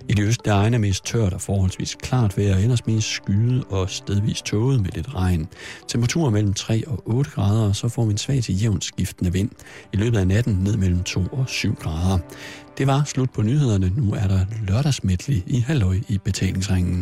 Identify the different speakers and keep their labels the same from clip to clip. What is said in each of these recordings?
Speaker 1: I de østlige egne er mest tørt og forholdsvis klart vejr, og ellers mest skyet og stedvis tåget med lidt regn. Temperaturer mellem 3 og 8 grader, og så får vi en svag til jævnt skiftende vind. I løbet af natten ned mellem 2 og 7 grader. Det var slut på nyhederne. Nu er der lørdagsmedley i halløj i betalingsringen.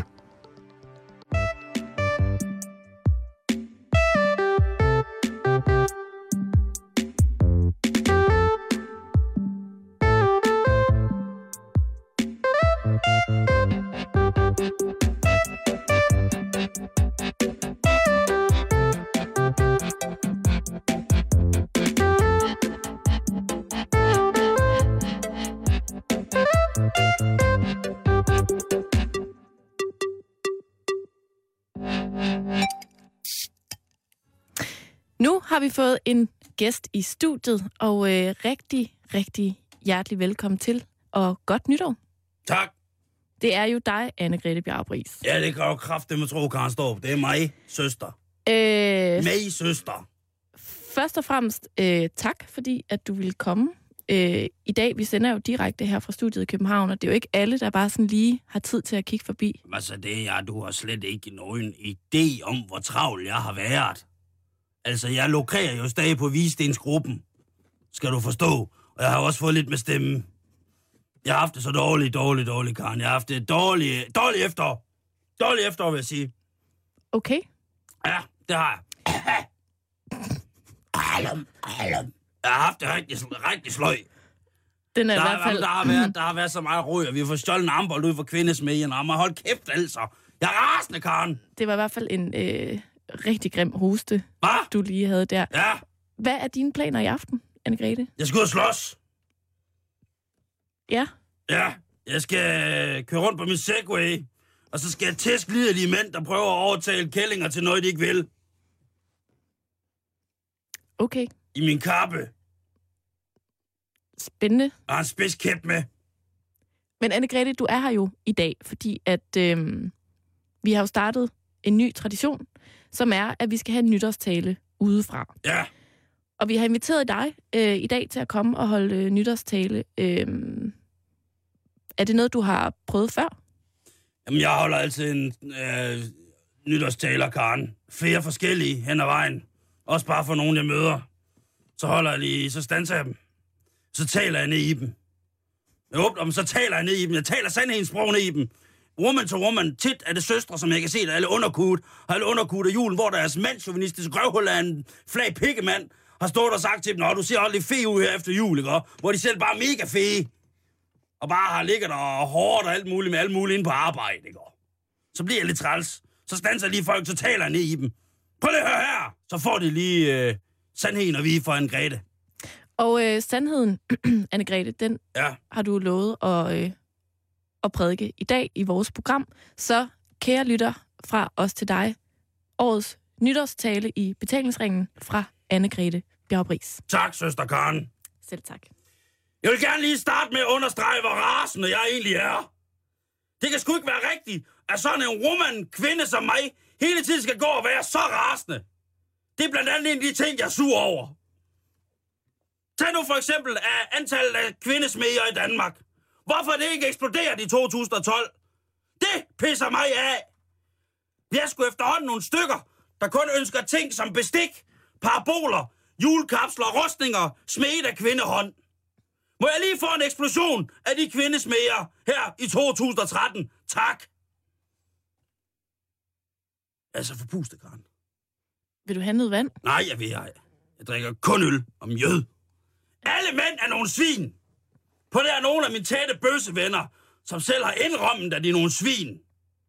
Speaker 2: Nu har vi fået en gæst i studiet, og rigtig hjertelig velkommen til, og godt nytår.
Speaker 3: Tak.
Speaker 2: Det er jo dig, Anne-Grethe Bjarup-Riis.
Speaker 3: Ja, det kan jo kraftedeme tro, Karen Storp. Det er mig, søster. Mig, søster.
Speaker 2: Først og fremmest tak, fordi at du ville komme. I dag, vi sender jo direkte her fra studiet i København, og det er jo ikke alle, der bare sådan lige har tid til at kigge forbi.
Speaker 3: Altså, du har slet ikke nogen idé om, hvor travl jeg har været. Altså, jeg lukrerer jo stadig på Hvidstensgruppen, skal du forstå. Og jeg har også fået lidt med stemmen. Jeg har haft det så dårligt, Karen. Jeg har haft det dårligt efterår. Dårligt efterår, vil jeg sige.
Speaker 2: Okay.
Speaker 3: Ja, det har jeg. Jeg har haft det rigtig sløj.
Speaker 2: Den er i hvert fald...
Speaker 3: Der har været så meget røg, og vi har fået stjålet en armbold ud for kvindesmedien. Og hold kæft, altså. Jeg er rasende, Karen.
Speaker 2: Det var i hvert fald en rigtig grim hoste, du lige havde der.
Speaker 3: Ja.
Speaker 2: Hvad er dine planer i aften, Anne-Grethe?
Speaker 3: Jeg skal ud og slås.
Speaker 2: Ja.
Speaker 3: Ja, jeg skal køre rundt på min Segway, og så skal jeg tæske liderlige mænd, der prøver at overtale kællinger til noget, de ikke vil.
Speaker 2: Okay.
Speaker 3: I min kappe.
Speaker 2: Spændende.
Speaker 3: Og har en spidskæp med.
Speaker 2: Men Anne-Grethe, du er her jo i dag, fordi at vi har jo startet en ny tradition, som er, at vi skal have en nytårstale udefra.
Speaker 3: Ja.
Speaker 2: Og vi har inviteret dig i dag til at komme og holde nytårstale. Er det noget, du har prøvet før? Jamen,
Speaker 3: jeg holder altid en nytårstaler, Karen. Flere forskellige hen ad vejen. Også bare for nogen, jeg møder. Så holder jeg lige, så standser jeg dem. Så taler jeg ned i dem. Jeg åbner dem, så taler jeg ned i dem. Jeg taler sandhedens ned i dem. Woman to woman. Tit er det søstre, som jeg kan se, der er alle underkudt af julen, hvor deres mandsjuvenistiske røvhul af en flag pikkemand har stået og sagt til dem, du ser aldrig fe ud her efter jul, ikke? Hvor de selv bare er mega fege. Og bare har ligget og hårdt og alt muligt med alt muligt inde på arbejde, ikke? Så bliver jeg lidt træls. Så standser lige folk, så taler jeg ned i dem. Prøv lige at høre her! Så får de lige sandheden og vi for Anne-Grethe.
Speaker 2: Og sandheden, Anne-Grethe, den har du lovet at prædike i dag i vores program. Så kære lytter fra os til dig, årets nytårstale i betalingsringen fra Anne-Grethe Bjarup-Riis.
Speaker 3: Tak, søster Karen.
Speaker 2: Selv tak.
Speaker 3: Jeg vil gerne lige starte med at understrege, hvor rasende jeg egentlig er. Det kan sgu ikke være rigtigt, at sådan en kvinde som mig hele tiden skal gå og være så rasende. Det er blandt andet en af de ting, jeg er sur over. Tag nu for eksempel af antallet af kvindesmeder i Danmark. Hvorfor det ikke eksploderet i 2012? Det pisser mig af. Vi er sgu efterhånden nogle stykker, der kun ønsker ting som bestik, paraboler, julekapsler og rustninger smedet af kvindehånd. Må jeg lige få en eksplosion af de kvindesmeder her i 2013? Tak. Altså forpustet, Karen.
Speaker 2: Vil du have noget vand?
Speaker 3: Nej, jeg drikker kun øl og mjød. Alle mænd er nogle svin. På det er nogle af mine tætte bøssevenner, som selv har indrømmet, at de er nogle svin.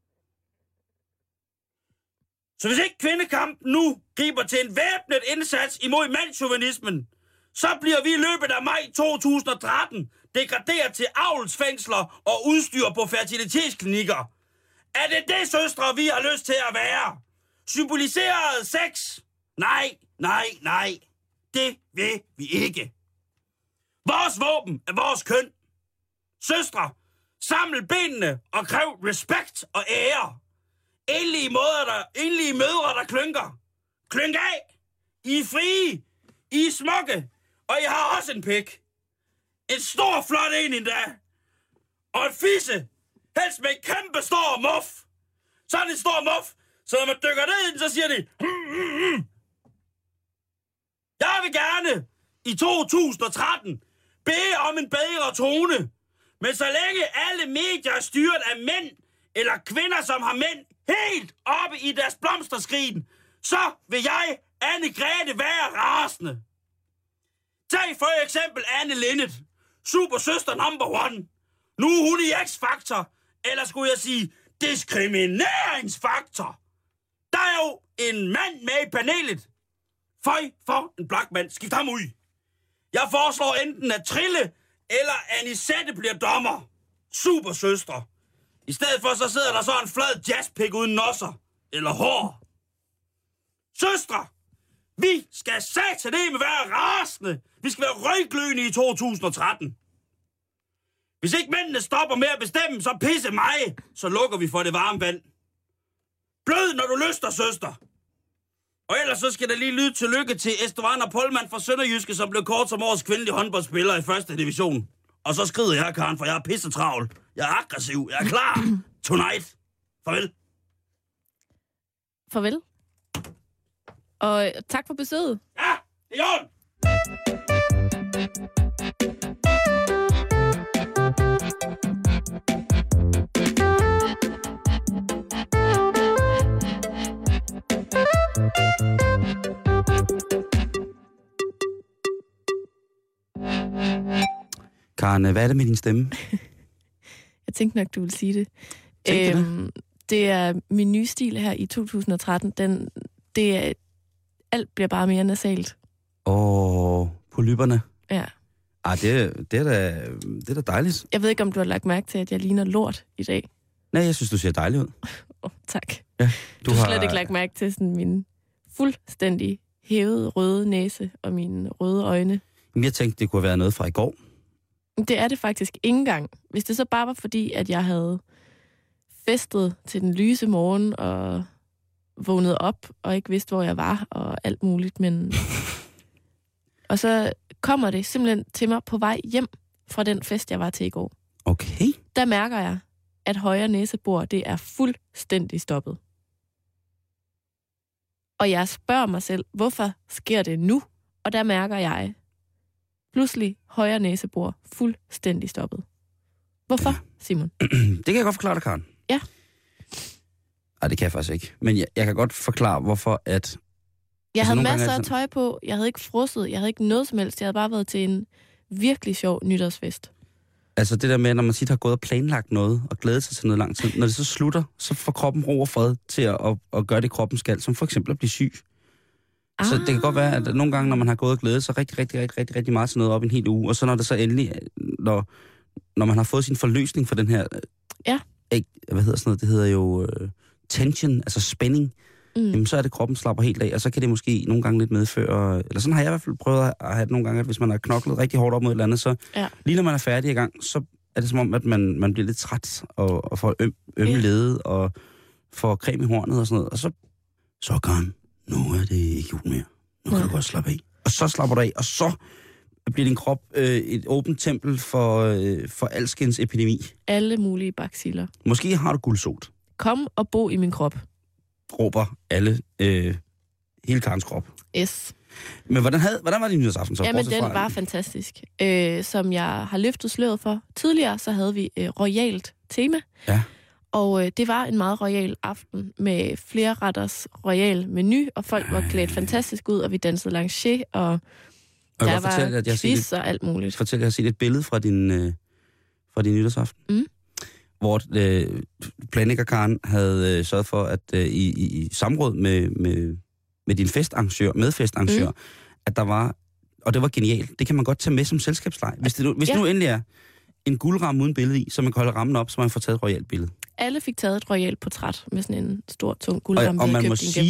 Speaker 3: Så hvis ikke kvindekampen nu griber til en væbnet indsats imod mandsjuvenismen, så bliver vi i løbet af maj 2013 degraderet til avlsfængsler og udstyr på fertilitetsklinikker. Er det, søstre, vi har lyst til at være? Symboliseret sex? Nej. Det vil vi ikke. Vores våben er vores køn. Søstre, samle benene og kræv respekt og ære. Enlige mødre, der klynker. Klynk af. I er frie. I er smukke. Og I har også en pik. En stor, flot en endda. Og et fisse. Helst med en kæmpe stor muff. Sådan en stor muff. Så når man dykker ned i den, så siger de... Jeg vil gerne i 2013 bede om en bedre tone. Men så længe alle medier er styret af mænd eller kvinder, som har mænd helt oppe i deres blomsterskrin, så vil jeg, Anne-Grethe, være rasende. Tag for eksempel Anne Linnet, supersøster number one. Nu er hun i X-Factor, eller skulle jeg sige diskrimineringsfaktor. Der er jo en mand med i panelet. Føj for en blak mand. Skift ham ud. Jeg foreslår enten at Trille eller Anisette bliver dommer. Supersøstre. I stedet for så sidder der så en flad jazzpik uden nosser. Eller hår. Søstre, vi skal sataneme være rasende. Vi skal være røggløende i 2013. Hvis ikke mændene stopper med at bestemme, så pisse mig, så lukker vi for det varme vand. Blød, når du lyster, søster. Og ellers så skal der lige lyde tillykke til Estevan og Polman fra Sønderjyske, som blev kort som årets kvindelige håndboldspiller i første division. Og så skrider jeg, Karen, for jeg er pissetravl. Jeg er aggressiv. Jeg er klar. Tonight. Farvel.
Speaker 2: Farvel. Og tak for besøget.
Speaker 3: Ja, det er orden.
Speaker 4: Karen, hvad er det med din stemme?
Speaker 2: Jeg tænkte nok, du ville sige det. Det er min nye stil her i 2013. Alt bliver bare mere nasalt.
Speaker 4: Polypperne.
Speaker 2: Ja.
Speaker 4: Det er da dejligt.
Speaker 2: Jeg ved ikke, om du har lagt mærke til, at jeg ligner lort i dag.
Speaker 4: Nej, jeg synes, du ser dejlig ud.
Speaker 2: Tak.
Speaker 4: Ja,
Speaker 2: du har slet ikke lagt mærke til sådan min fuldstændig hævede røde næse og mine røde øjne.
Speaker 4: Jeg tænkte, det kunne have været noget fra i går.
Speaker 2: Det er det faktisk ikke engang. Hvis det så bare var fordi, at jeg havde festet til den lyse morgen og vågnet op og ikke vidste, hvor jeg var og alt muligt. Men og så kommer det simpelthen til mig på vej hjem fra den fest, jeg var til i går.
Speaker 4: Okay.
Speaker 2: Der mærker jeg, at højre næsebor, det er fuldstændig stoppet. Og jeg spørger mig selv, hvorfor sker det nu? Og der mærker jeg pludselig højre næsebor fuldstændig stoppet. Hvorfor, Simon?
Speaker 4: Det kan jeg godt forklare dig, Karen.
Speaker 2: Ja.
Speaker 4: Nej, det kan jeg faktisk ikke. Men jeg kan godt forklare, hvorfor at...
Speaker 2: Jeg havde masser af tøj på, jeg havde ikke frosset, jeg havde ikke noget som helst. Jeg havde bare været til en virkelig sjov nytårsfest.
Speaker 4: Altså det der med, når man siger, har gået og planlagt noget, og glædet sig til noget lang tid, når det så slutter, så får kroppen ro og fred til at gøre det, kroppen skal, som for eksempel at blive syg. Så det kan godt være, at nogle gange, når man har gået og glædet sig rigtig meget til noget op en hel uge, og så når det så endelig, når man har fået sin forløsning for den her...
Speaker 2: Ja.
Speaker 4: Hvad hedder sådan noget? Det hedder jo tension, altså spænding. Jamen, så er det, kroppen slapper helt af, og så kan det måske nogle gange lidt medføre... Eller sådan har jeg i hvert fald prøvet at have det nogle gange, at hvis man har knoklet rigtig hårdt op mod et eller andet, så lige når man er færdig i gang, så er det som om, at man bliver lidt træt og får ømme lede og får creme i hornet og sådan noget. Og så Karen, nu er det ikke jul mere. Nu kan du godt slappe af. Og så slapper du af, og så bliver din krop et åbent tempel for alskens epidemi.
Speaker 2: Alle mulige baciller.
Speaker 4: Måske har du guldsot.
Speaker 2: Kom og bo i min krop.
Speaker 4: Råber alle, hele Karens krop.
Speaker 2: Yes.
Speaker 4: Men hvordan var din nytårsaften så?
Speaker 2: Jamen, den var fantastisk. Som jeg har løftet sløret for tidligere, så havde vi royalt tema. Ja. Og det var en meget royal aften med flere retters royal menu, og folk var klædt fantastisk ud, og vi dansede lancier, og der var quiz og alt muligt.
Speaker 4: Fortæl, jeg har set et billede fra din nytårsaften. Hvor planlægger Karen havde sørget for, at i samråd med din festarrangør, at der var, og det var genialt, det kan man godt tage med som selskabsleg. Hvis det nu endelig er en guldramme uden billede i, så man kan holde rammen op, så man får taget et royalt billede.
Speaker 2: Alle fik taget et royalt portræt med sådan en stor, tung guldramme.
Speaker 4: Og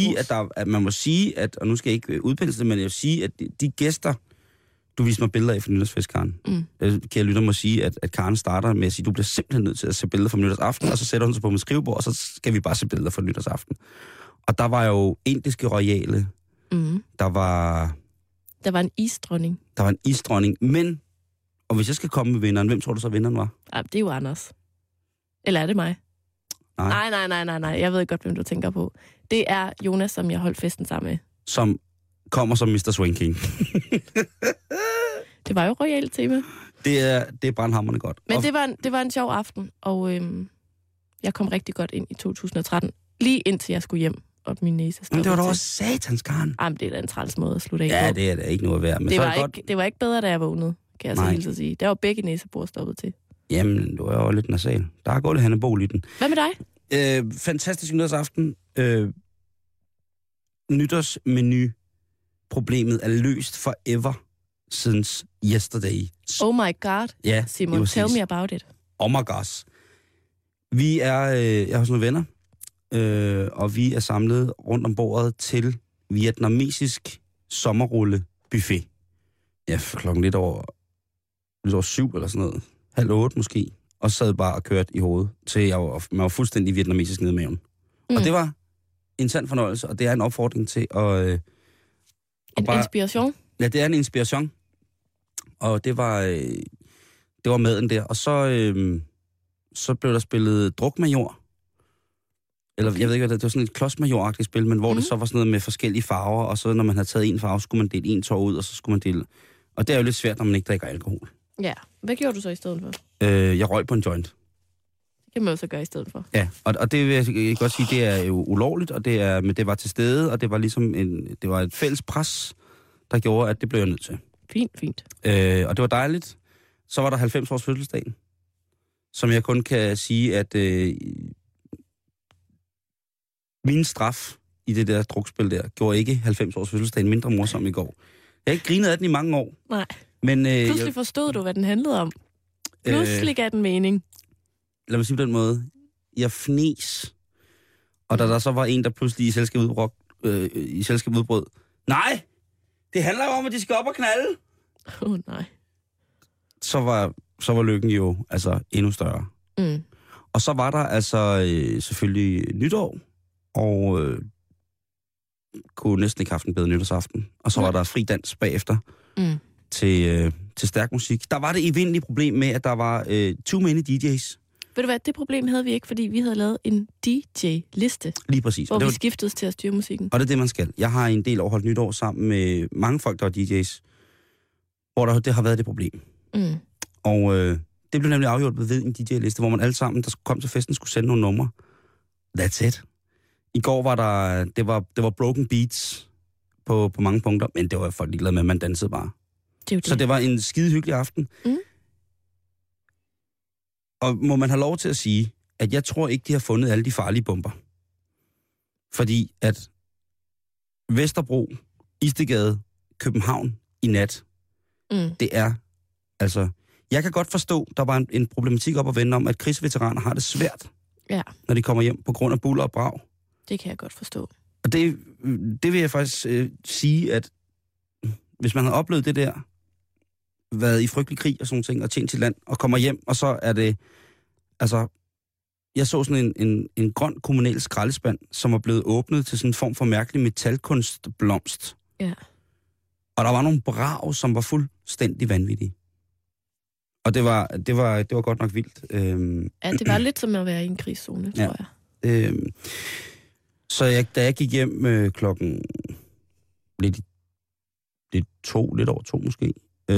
Speaker 4: man må sige, at og nu skal jeg ikke udpensle det, men jeg vil sige, at de gæster, du viste mig billeder af fra nytårsfest, Karen. Kan jeg lytte mig sige, at Karen starter med at sige, du bliver simpelthen nødt til at se billeder fra nytårsaften, og så sætter hun sig på mit skrivebord, og så skal vi bare se billeder fra nytårsaften. Og der var jo indiske royale. Der var
Speaker 2: en isdronning.
Speaker 4: Der var en isdronning, men... Og hvis jeg skal komme med vinderen, hvem tror du så vinderen var?
Speaker 2: Ja, det er jo Anders. Eller er det mig?
Speaker 4: Nej.
Speaker 2: Nej. Jeg ved godt, hvem du tænker på. Det er Jonas, som jeg holdt festen sammen med.
Speaker 4: Som kommer som Mr. Swing King.
Speaker 2: Det var jo royalt tema.
Speaker 4: Det er brandhamrende godt.
Speaker 2: Men det var en sjov aften, og jeg kom rigtig godt ind i 2013. Lige indtil jeg skulle hjem, og min næse stoppede.
Speaker 4: Men det var da også satans, Karen.
Speaker 2: Jamen, det er da en træls måde at slutte af på.
Speaker 4: Ja, det er da ikke noget værd. Men
Speaker 2: det var ikke bedre, da jeg vågnede, kan jeg så hilse at sige. Der var begge næsebor stoppet til. Jamen,
Speaker 4: du er jo lidt nasal. Der er gået lidt hannebol i den.
Speaker 2: Hvad med dig?
Speaker 4: Fantastisk nytårsaften. Nytårsmenu-problemet er løst forever since yesterday.
Speaker 2: Oh my god,
Speaker 4: ja,
Speaker 2: Simon. Tell me about it.
Speaker 4: Oh my gosh. Vi er hos nogle venner, og vi er samlet rundt om bordet til vietnamesisk sommerrulle-buffet. Ja, klokken lidt over 7 eller sådan noget. 7:30 måske. Og sad bare og kørte i hovedet, til man var fuldstændig vietnamesisk nede i maven. Og det var en sand fornøjelse, og det er en opfordring til at...
Speaker 2: inspiration?
Speaker 4: Ja, det er en inspiration. Og det var maden der. Og så blev der spillet drukmajor. Eller jeg ved ikke, hvad det var sådan et klodsmajor-agtigt spil, men hvor det så var sådan noget med forskellige farver, og så når man havde taget en farve, skulle man dele en tår ud, og så skulle man dele... Og det er jo lidt svært, når man ikke drikker alkohol.
Speaker 2: Ja. Hvad gjorde du så i stedet for?
Speaker 4: Jeg røg på en joint.
Speaker 2: Det kan man jo så gøre i stedet for.
Speaker 4: Ja, og det vil jeg godt sige, det er jo ulovligt, men det var til stede, og det var ligesom det var et fælles pres, der gjorde, at det blev jeg nødt til.
Speaker 2: Fint.
Speaker 4: Og det var dejligt. Så var der 90 års fødselsdag, som jeg kun kan sige, at min straf i det der drukspil der, gjorde ikke 90 års fødselsdagen mindre morsom i går. Jeg har ikke grinet af den i mange år.
Speaker 2: Nej.
Speaker 4: Men,
Speaker 2: pludselig forstod du, hvad den handlede om. Pludselig gav den mening.
Speaker 4: Lad mig sige på den måde. Jeg fnis. Og da der så var en, der pludselig i selskab udbrød. Nej! Det handler jo om, at de skal op og knalde.
Speaker 2: Nej.
Speaker 4: Så var lykken jo altså endnu større.
Speaker 2: Mm.
Speaker 4: Og så var der altså selvfølgelig nytår. Og kunne næsten ikke have haft en bedre nytårsaften. Og så var der fri dans bagefter. Til stærk musik. Der var det evindelige problem med, at der var too many DJ's.
Speaker 2: Ved du hvad, det problem havde vi ikke, fordi vi havde lavet en DJ-liste.
Speaker 4: Lige præcis.
Speaker 2: Hvor vi skiftedes til at styre musikken.
Speaker 4: Og det er det, man skal. Jeg har en del overholdt nytår sammen med mange folk, der var DJ's, hvor det har været det problem.
Speaker 2: Mm.
Speaker 4: Og det blev nemlig afgjort ved en DJ-liste, hvor man alle sammen, der kom til festen, skulle sende nogle numre. That's it. I går var det var broken beats på mange punkter, men det var folk ligeglade med, man dansede bare. Så det var en skide hyggelig aften. Mm. Og må man have lov til at sige, at jeg tror ikke, de har fundet alle de farlige bomber. Fordi at Vesterbro, Istedgade, København i nat, det er altså... Jeg kan godt forstå, der var en problematik op at vende om, at krigsveteraner har det svært, når de kommer hjem på grund af buller og brag.
Speaker 2: Det kan jeg godt forstå.
Speaker 4: Og det vil jeg faktisk sige, at hvis man har oplevet det der, været i frygtelig krig og sådan ting, og tjent til land, og kommer hjem, og så er det, altså, jeg så sådan en grøn kommunal skraldespand, som var blevet åbnet til sådan en form for mærkelig metalkunstblomst.
Speaker 2: Ja.
Speaker 4: Og der var nogle brag, som var fuldstændig vanvittige. Og det var godt nok vildt.
Speaker 2: Ja, det var lidt som at være i en krigszone, tror jeg.
Speaker 4: Så da jeg gik hjem klokken lidt over to måske,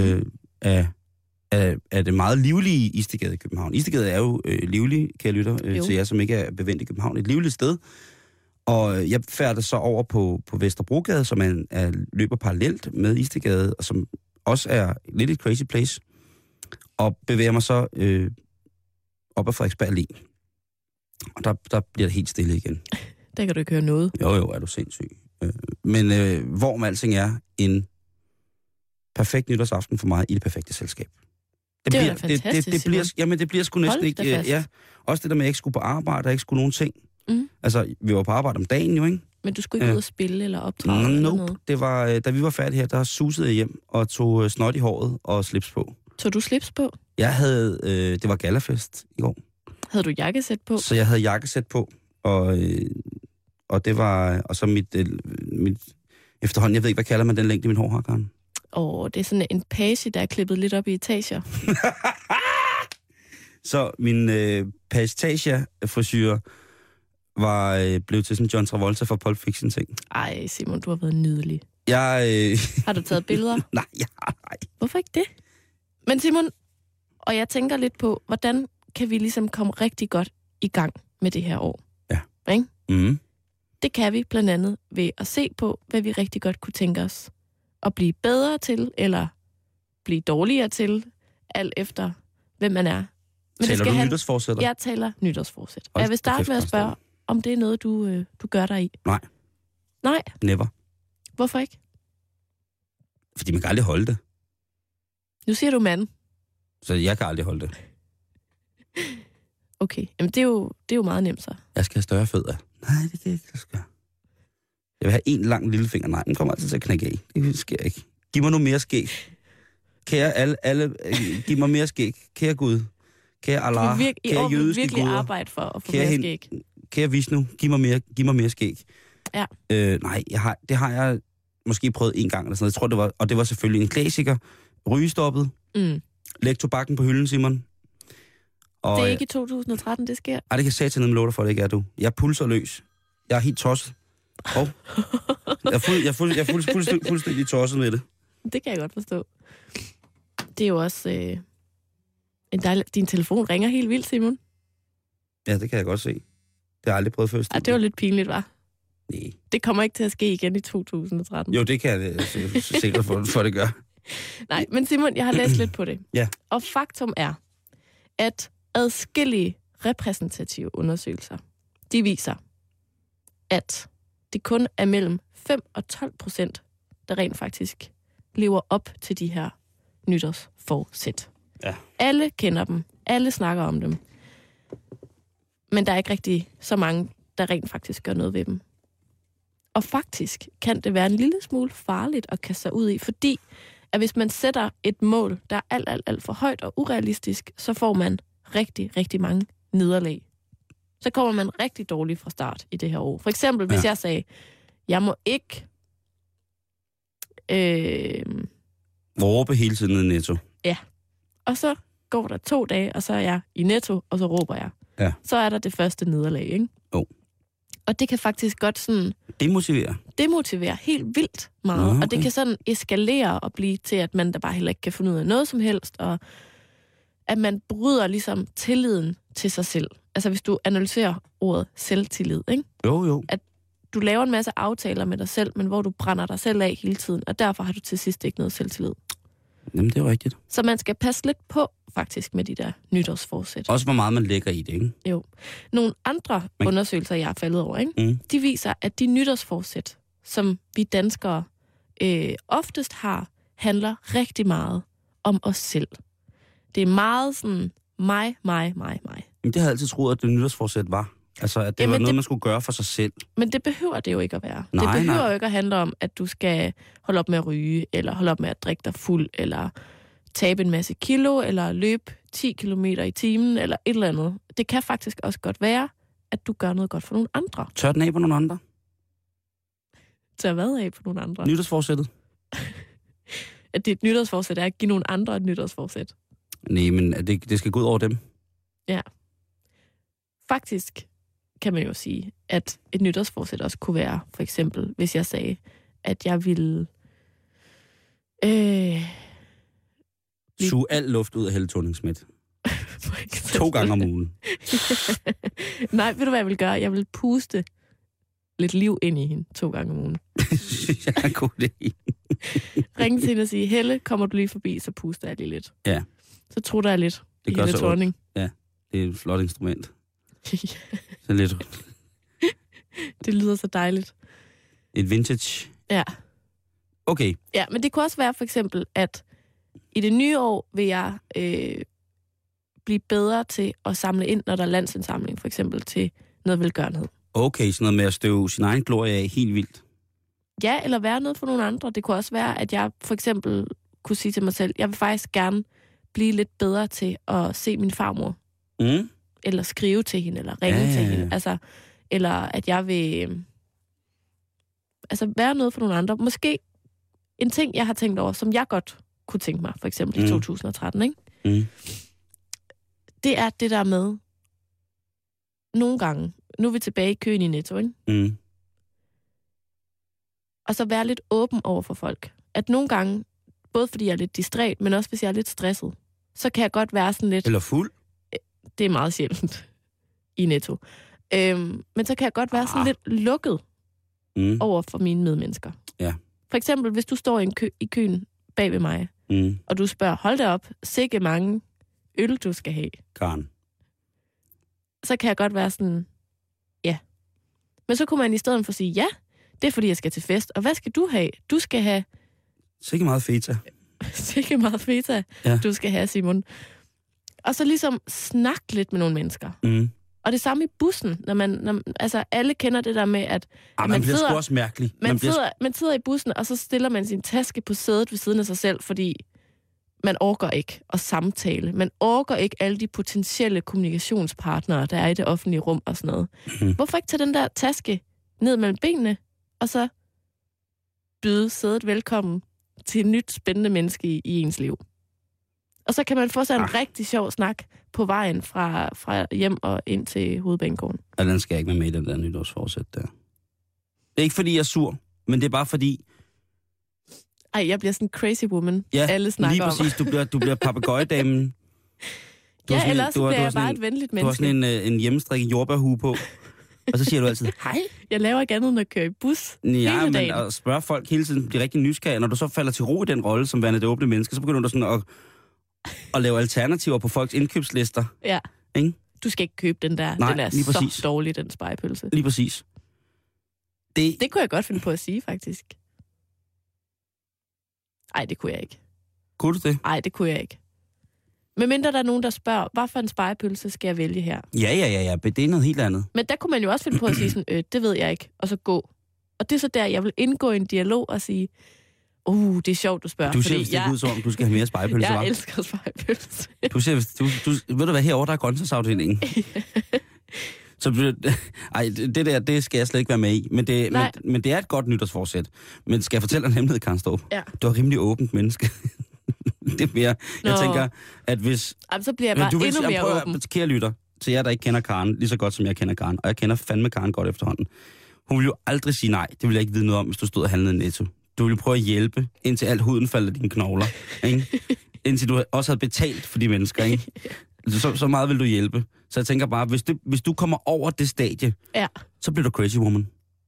Speaker 4: af det meget livlige Istedgade i København. Istedgade er jo livlig, kan jeg lytte til jer, som ikke er bevendt i København. Et livligt sted. Og jeg færdes så over på Vesterbrogade, som løber parallelt med Istedgade, og som også er lidt et crazy place. Og bevæger mig så op ad Frederiksberg Allé. Og der bliver det helt stille igen.
Speaker 2: Der kan du ikke høre noget.
Speaker 4: Jo, er du sindssyg. Men hvor med alting er en perfekt nytårsaften for mig i det perfekte selskab.
Speaker 2: Det er fantastisk,
Speaker 4: det bliver sgu næsten ikke... Ja, også det der med, at jeg ikke skulle på arbejde, og ikke skulle nogen ting.
Speaker 2: Mm.
Speaker 4: Altså, vi var på arbejde om dagen jo, ikke?
Speaker 2: Men du skulle ikke ud og spille eller optræde eller noget?
Speaker 4: Det var, da vi var færdige her, der susede jeg hjem og tog snot i håret og slips på.
Speaker 2: Tog du slips på?
Speaker 4: Jeg havde... det var gallafest i går.
Speaker 2: Havde du jakkesæt på?
Speaker 4: Så jeg havde jakkesæt på, og det var... Og så mit efterhånden, jeg ved ikke, hvad kalder man den længde i min hår har, Karen?
Speaker 2: Det er sådan en page, der er klippet lidt op i etager.
Speaker 4: Så min Pastasia-frisyr var blevet til sådan John Travolta fra Pulp Fiction-ting.
Speaker 2: Ej, Simon, du har været nydelig.
Speaker 4: Jeg...
Speaker 2: Har du taget billeder?
Speaker 4: Nej.
Speaker 2: Hvorfor ikke det? Men Simon, og jeg tænker lidt på, hvordan kan vi ligesom komme rigtig godt i gang med det her år?
Speaker 4: Ja.
Speaker 2: Ikke?
Speaker 4: Mm.
Speaker 2: Det kan vi blandt andet ved at se på, hvad vi rigtig godt kunne tænke os at blive bedre til, eller blive dårligere til, alt efter, hvem man er. Men
Speaker 4: taler du nytårsforsætter?
Speaker 2: Jeg taler nytårsforsæt. Og jeg vil starte med at spørge, om det er noget, du gør dig i.
Speaker 4: Nej.
Speaker 2: Nej?
Speaker 4: Never.
Speaker 2: Hvorfor ikke?
Speaker 4: Fordi man kan aldrig holde det.
Speaker 2: Nu siger du mand.
Speaker 4: Så jeg kan aldrig holde det.
Speaker 2: Okay, jamen det er jo meget nemt så.
Speaker 4: Jeg skal have større fødder. Nej, det kan jeg ikke, jeg skal. Jeg vil have en lang lillefinger. Nej, den kommer altid til at knække af. Det sker ikke. Giv mig nu mere skæg. Kære alle giv mig mere skæg. Kære Gud. Kære Allah. Kære jødiske
Speaker 2: virkelig
Speaker 4: guder.
Speaker 2: arbejde for at få mere skæg.
Speaker 4: Kære Vishnu, giv mig mere skæg.
Speaker 2: Ja.
Speaker 4: Nej, det har jeg måske prøvet en gang eller sådan noget. Jeg tror, det var selvfølgelig en klassiker. Rygestoppet. Læg tobakken på hylden, Simon. Og,
Speaker 2: det er ikke i 2013, det sker.
Speaker 4: Ej, det kan satans med lov dig for, det ikke er du. Jeg er pulser løs. Jeg er helt tosset. Og jeg er fuldstændig tosset med det.
Speaker 2: Det kan jeg godt forstå. Det er jo også... din telefon ringer helt vildt, Simon.
Speaker 4: Ja, det kan jeg godt se. Det har jeg aldrig prøvet før.
Speaker 2: Ej, det var lidt pinligt, hva'?
Speaker 4: Nej.
Speaker 2: Det kommer ikke til at ske igen i 2013.
Speaker 4: Jo, det kan jeg sikkert for det gør.
Speaker 2: Nej, men Simon, jeg har læst lidt på det.
Speaker 4: Ja.
Speaker 2: Og faktum er, at adskillige repræsentative undersøgelser, de viser, at det kun er mellem 5 og 12%, der rent faktisk lever op til de her nytårsforsæt.
Speaker 4: Ja.
Speaker 2: Alle kender dem. Alle snakker om dem. Men der er ikke rigtig så mange, der rent faktisk gør noget ved dem. Og faktisk kan det være en lille smule farligt at kaste sig ud i, fordi at hvis man sætter et mål, der er alt for højt og urealistisk, så får man rigtig, rigtig mange nederlag. Så kommer man rigtig dårligt fra start i det her år. For eksempel, hvis jeg sagde, jeg må ikke...
Speaker 4: råbe hele tiden i Netto.
Speaker 2: Ja. Og så går der 2 dage, og så er jeg i Netto, og så råber jeg.
Speaker 4: Ja.
Speaker 2: Så er der det første nederlag, ikke?
Speaker 4: Jo.
Speaker 2: Og det kan faktisk godt sådan... Demotivere helt vildt meget. Okay. Og det kan sådan eskalere og blive til, at man der bare heller ikke kan finde ud af noget som helst, og at man bryder ligesom tilliden til sig selv. Altså hvis du analyserer ordet selvtillid, ikke?
Speaker 4: Jo.
Speaker 2: At du laver en masse aftaler med dig selv, men hvor du brænder dig selv af hele tiden, og derfor har du til sidst ikke noget selvtillid.
Speaker 4: Jamen, det er jo rigtigt.
Speaker 2: Så man skal passe lidt på, faktisk, med de der nytårsforsæt.
Speaker 4: Også hvor meget man lægger i det, ikke?
Speaker 2: Jo. Nogle andre undersøgelser, jeg har faldet over, ikke? De viser, at de nytårsforsæt, som vi danskere oftest har, handler rigtig meget om os selv. Det er meget sådan mig.
Speaker 4: Jamen, det havde jeg altid troet, at det nytårsforsæt var. Altså, at det var noget, man skulle gøre for sig selv.
Speaker 2: Men det behøver det jo ikke at være. Det behøver jo ikke at handle om, at du skal holde op med at ryge, eller holde op med at drikke dig fuld, eller tabe en masse kilo, eller løbe 10 kilometer i timen, eller et eller andet. Det kan faktisk også godt være, at du gør noget godt for nogle andre.
Speaker 4: Tør den af på nogle andre?
Speaker 2: Tør hvad af på nogle andre?
Speaker 4: Nytårsforsættet.
Speaker 2: At det er et nytårsforsæt er at give nogle andre et nytårsforsæt.
Speaker 4: Nej, men det skal gå ud over dem.
Speaker 2: Ja. Faktisk kan man jo sige, at et nytårsforsæt også kunne være, for eksempel, hvis jeg sagde, at jeg ville...
Speaker 4: Suge al luft ud af Helle Thorning-Schmidt. 2 gange om ugen.
Speaker 2: Nej, ved du hvad jeg vil gøre? Jeg vil puste lidt liv ind i hende 2 gange om ugen.
Speaker 4: Jeg er god idé.
Speaker 2: Ring til hende og sige, Helle, kommer du lige forbi, så puster jeg lige lidt.
Speaker 4: Ja.
Speaker 2: Så trutter jeg lidt
Speaker 4: det
Speaker 2: i Helle Thorning.
Speaker 4: Ja, det er et flot instrument. Så lidt.
Speaker 2: Det lyder så dejligt.
Speaker 4: Et vintage.
Speaker 2: Ja.
Speaker 4: Okay.
Speaker 2: Ja, men det kunne også være for eksempel, at i det nye år vil jeg blive bedre til at samle ind, når der er landsindsamling, for eksempel til noget velgørenhed.
Speaker 4: Okay, sådan noget med at støve sin egen glorie af helt vildt.
Speaker 2: Ja, eller være noget for nogle andre. Det kunne også være, at jeg for eksempel kunne sige til mig selv, jeg vil faktisk gerne blive lidt bedre til at se min farmor. Eller skrive til hende, eller ringe til hende. Altså, eller at jeg vil være noget for nogle andre. Måske en ting, jeg har tænkt over, som jeg godt kunne tænke mig, for eksempel i 2013, ikke? det er det der med, nogle gange, nu er vi tilbage i køen i Netto, ikke?
Speaker 4: Mm.
Speaker 2: Og så være lidt åben over for folk. At nogle gange, både fordi jeg er lidt distræt, men også hvis jeg er lidt stresset, så kan jeg godt være sådan lidt...
Speaker 4: Eller fuld.
Speaker 2: Det er meget sjældent i Netto. Men så kan jeg godt være sådan lidt lukket over for mine medmennesker.
Speaker 4: Ja.
Speaker 2: For eksempel, hvis du står i køen bag ved mig, og du spørger, hold da op, sikke mange øl, du skal have.
Speaker 4: Karen.
Speaker 2: Så kan jeg godt være sådan, ja. Men så kunne man i stedet for sige, ja, det er fordi, jeg skal til fest. Og hvad skal du have? Du skal have...
Speaker 4: Sikke meget feta.
Speaker 2: Sikke meget feta, ja. Du skal have, Simon. Og så ligesom snakke lidt med nogle mennesker.
Speaker 4: Mm.
Speaker 2: Og det samme i bussen, når altså alle kender det der med, at
Speaker 4: man bliver sgu også mærkelig.
Speaker 2: Man sidder i bussen, og så stiller man sin taske på sædet ved siden af sig selv, fordi man orker ikke at samtale. Man orker ikke alle de potentielle kommunikationspartnere, der er i det offentlige rum og sådan noget. Mm. Hvorfor ikke tage den der taske ned mellem benene, og så byde sædet velkommen til et nyt spændende menneske i ens liv? Og så kan man få sig en rigtig sjov snak på vejen fra hjem og ind til hovedbanegården.
Speaker 4: Ja, den skal jeg ikke være med i den der nytårsforsæt der. Det er ikke fordi, jeg er sur, men det er bare fordi...
Speaker 2: Ej, jeg bliver sådan en crazy woman.
Speaker 4: Ja,
Speaker 2: alle snakker
Speaker 4: lige præcis. Du bliver papegøjedamen.
Speaker 2: Ja, ellers bliver jeg bare et venligt menneske.
Speaker 4: Du har sådan en hjemmestrikket jordbærhue på. Og så siger du altid, hej.
Speaker 2: Jeg laver ikke andet end at køre i bus
Speaker 4: hele dagen. Men at spørge folk hele tiden, bliver rigtig nysgerrige. Når du så falder til ro i den rolle, som værende det åbne menneske, så begynder du sådan at lave alternativer på folks indkøbslister.
Speaker 2: Ja.
Speaker 4: Ikke?
Speaker 2: Du skal ikke købe den der.
Speaker 4: Nej,
Speaker 2: den er så dårlig, den spegepølse.
Speaker 4: Lige præcis.
Speaker 2: Det kunne jeg godt finde på at sige, faktisk. Ej, det kunne jeg ikke.
Speaker 4: Kunne du det?
Speaker 2: Ej, det kunne jeg ikke. Men mindre der er nogen, der spørger, hvad for en spegepølse skal jeg vælge her?
Speaker 4: Ja, det er noget helt andet.
Speaker 2: Men der kunne man jo også finde på at sige sådan, det ved jeg ikke, og så gå. Og det er så der, jeg vil indgå i en dialog og sige, det er sjovt, du spørger.
Speaker 4: Du ser vist ikke ud som om, du skal have mere spegepølse,
Speaker 2: Jeg elsker spegepølse.
Speaker 4: Ved du hvad, herovre der er grøntsagsafdelingen. Så det skal jeg slet ikke være med i. Men det er et godt nytårsforsæt. Men skal jeg fortælle dig en hemmelighed, Karen Storp?
Speaker 2: Ja.
Speaker 4: Du er rimelig åbent menneske. Det er mere... Jeg tænker, at hvis...
Speaker 2: Jamen, så bliver jeg bare endnu mere åben.
Speaker 4: Kære lytter, til jer, der ikke kender Karen, lige så godt som jeg kender Karen, og jeg kender fandme Karen godt efterhånden. Hun vil jo aldrig sige nej. Det vil jeg ikke vide noget om, hvis du stod og handlede i Netto. Du ville prøve at hjælpe, indtil alt huden faldt af dine knogler. Ikke? Indtil du også havde betalt for de mennesker. Ikke? Så meget vil du hjælpe. Så jeg tænker bare, hvis du kommer over det stadie, så bliver du crazy woman.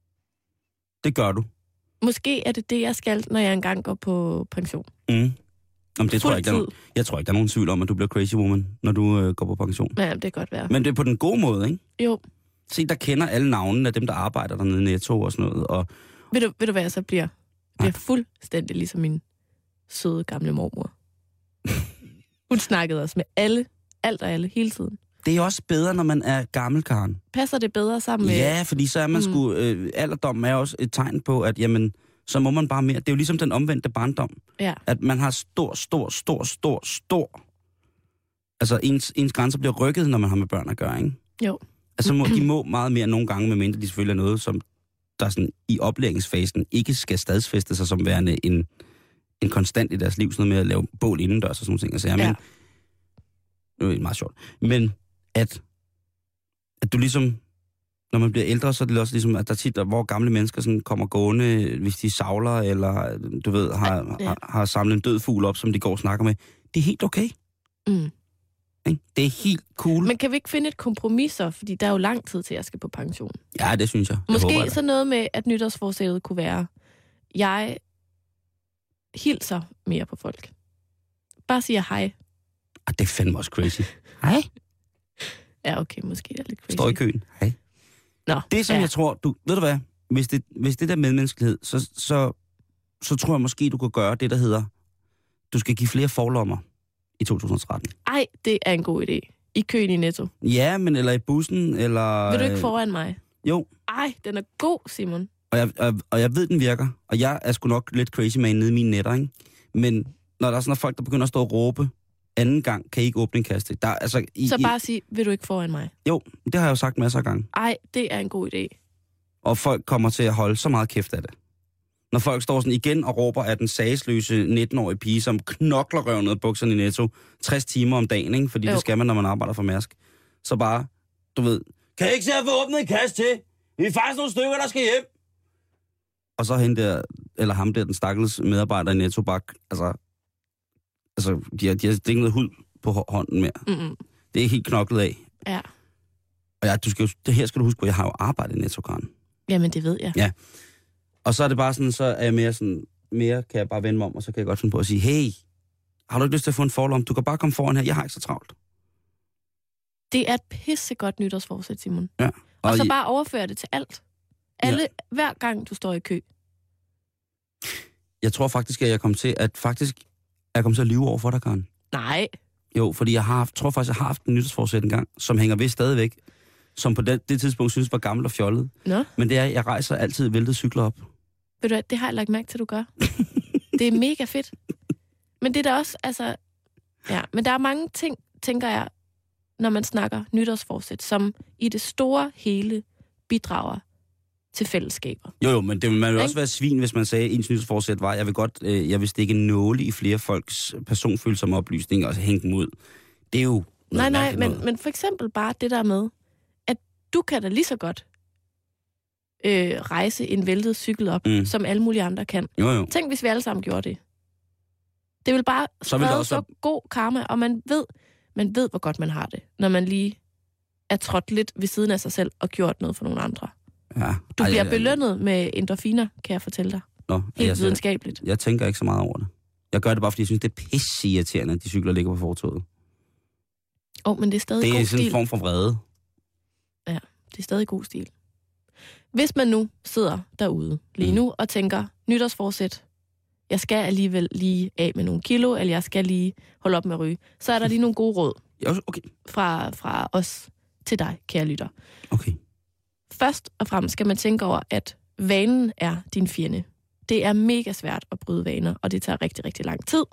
Speaker 4: Det gør du.
Speaker 2: Måske er det, jeg skal, når jeg engang går på pension.
Speaker 4: Mm. Jamen, det tror jeg ikke, jeg tror ikke, der er nogen tvivl om, at du bliver crazy woman, når du går på pension.
Speaker 2: Ja, det kan godt være.
Speaker 4: Men det er på den gode måde, ikke?
Speaker 2: Jo.
Speaker 4: Se, der kender alle navnene af dem, der arbejder dernede i Netto og sådan noget. Og...
Speaker 2: Ved du, hvad jeg så bliver? Jeg bliver fuldstændig ligesom min søde gamle mormor. Hun snakkede også med alt og alle, hele tiden.
Speaker 4: Det er også bedre, når man er gammel, Karen.
Speaker 2: Passer det bedre sammen med...
Speaker 4: Ja, fordi så er man sgu... Alderdom er også et tegn på, at jamen, så må man bare mere. Det er jo ligesom den omvendte barndom.
Speaker 2: Ja.
Speaker 4: At man har stor... Altså, ens grænser bliver rykket, når man har med børn at gøre, ikke?
Speaker 2: Jo.
Speaker 4: Altså, de må meget mere nogle gange, medmindre de selvfølgelig er noget, som der sådan i oplæringsfasen ikke skal stadsfæste sig som værende en konstant i deres liv, sådan noget med at lave bål indendørs og sådan nogle ting. Altså, men, det er meget sjovt. Men at du ligesom, når man bliver ældre, så er det også ligesom, at der tit, hvor gamle mennesker sådan kommer gående, hvis de savler, eller du ved, har samlet en død fugl op, som de går og snakker med. Det er helt okay.
Speaker 2: Mm.
Speaker 4: Det er helt cool.
Speaker 2: Men kan vi ikke finde et kompromis så? Fordi der er jo lang tid til, at jeg skal på pension.
Speaker 4: Ja, det synes jeg.
Speaker 2: Måske så noget med, at nytårsforsættet kunne være, jeg hilser mere på folk. Bare siger hej.
Speaker 4: Det er fandme også crazy. Hej.
Speaker 2: Ja, okay, måske er det lidt crazy.
Speaker 4: Står i køen. Hej.
Speaker 2: Nå,
Speaker 4: det som jeg tror, ved du hvad? Hvis det der medmenneskelighed, så tror jeg måske, du kan gøre det, der hedder, du skal give flere forlommer i 2013. Ej,
Speaker 2: det er en god idé. I køen i Netto.
Speaker 4: Ja, men eller i bussen, eller...
Speaker 2: Vil du ikke foran mig?
Speaker 4: Jo.
Speaker 2: Ej, den er god, Simon.
Speaker 4: Og jeg ved, den virker. Og jeg er sgu nok lidt crazy man nede i mine netter, ikke? Men når der er sådan folk, der begynder at stå og råbe, anden gang kan I ikke åbne en kasse. Der, altså,
Speaker 2: så bare sig, vil du ikke foran mig?
Speaker 4: Jo, det har jeg jo sagt masser af gange.
Speaker 2: Ej, det er en god idé.
Speaker 4: Og folk kommer til at holde så meget kæft af det. Når folk står sådan igen og råber af den sagsløse 19-årige pige, som knokler røven ned af bukserne i Netto 60 timer om dagen, ikke? Fordi det skal man, når man arbejder for Mærsk. Så bare, du ved...
Speaker 3: Kan jeg ikke se at få åbnet en kasse til? Vi er faktisk nogle stykker, der skal hjem.
Speaker 4: Og så hende der, eller ham der, den stakkels medarbejder i Netto, bare, altså de har ikke noget hud på hånden mere.
Speaker 2: Mm-mm.
Speaker 4: Det er ikke helt knoklet af.
Speaker 2: Ja.
Speaker 4: Og ja, det her skal du huske på, jeg har jo arbejdet i Netto, Karen.
Speaker 2: Jamen, det ved jeg.
Speaker 4: Ja. Og så er det bare sådan, så er jeg mere kan jeg bare vende mig om, og så kan jeg godt finde på at sige, hey, har du ikke lyst til at få en forlom? Du kan bare komme foran her, jeg har ikke så travlt.
Speaker 2: Det er et pissegodt nytårsforsæt, Simon.
Speaker 4: Ja.
Speaker 2: Og så bare overføre det til alt. Hver gang du står i kø.
Speaker 4: Jeg tror faktisk, at jeg kom til at lyve over for dig, Karen.
Speaker 2: Nej.
Speaker 4: Jo, fordi jeg har haft en nytårsforsæt en gang, som hænger ved stadigvæk, som på det tidspunkt synes var gammelt og fjollet.
Speaker 2: Nå.
Speaker 4: Men det er, at jeg rejser altid væltet cykler op.
Speaker 2: Ved du hvad, det har jeg lagt mærke til, du gør. Det er mega fedt. Men det er da også, altså... Ja, men der er mange ting, tænker jeg, når man snakker nytårsforsæt, som i det store hele bidrager til fællesskaber.
Speaker 4: Jo, men man vil også være svin, hvis man sagde, at ens nytårsforsæt var, jeg vil stikke nåle i flere folks personfølsomme oplysninger og hænge dem ud. Det er jo...
Speaker 2: Nej, men for eksempel bare det der med, at du kan da lige så godt rejse en væltet cykel op, som alle mulige andre kan.
Speaker 4: Jo.
Speaker 2: Tænk, hvis vi alle sammen gjorde det. Det vil bare sprede så god karma, og man ved, hvor godt man har det, når man lige er trådt lidt ved siden af sig selv og gjort noget for nogle andre.
Speaker 4: Ja.
Speaker 2: Du bliver belønnet med endorfiner, kan jeg fortælle dig. Helt videnskabeligt.
Speaker 4: Jeg tænker ikke så meget over det. Jeg gør det bare, fordi jeg synes, det er pisseirriterende, at de cykler ligger på fortovet.
Speaker 2: Men det er stadig god stil.
Speaker 4: Det er sådan en form for vrede.
Speaker 2: Ja, det er stadig god stil. Hvis man nu sidder derude lige nu og tænker, nytårsforsæt, jeg skal alligevel lige af med nogle kilo, eller jeg skal lige holde op med at ryge, så er der lige nogle gode råd fra os til dig, kære lytter.
Speaker 4: Okay.
Speaker 2: Først og fremmest skal man tænke over, at vanen er din fjende. Det er mega svært at bryde vaner, og det tager rigtig, rigtig lang tid.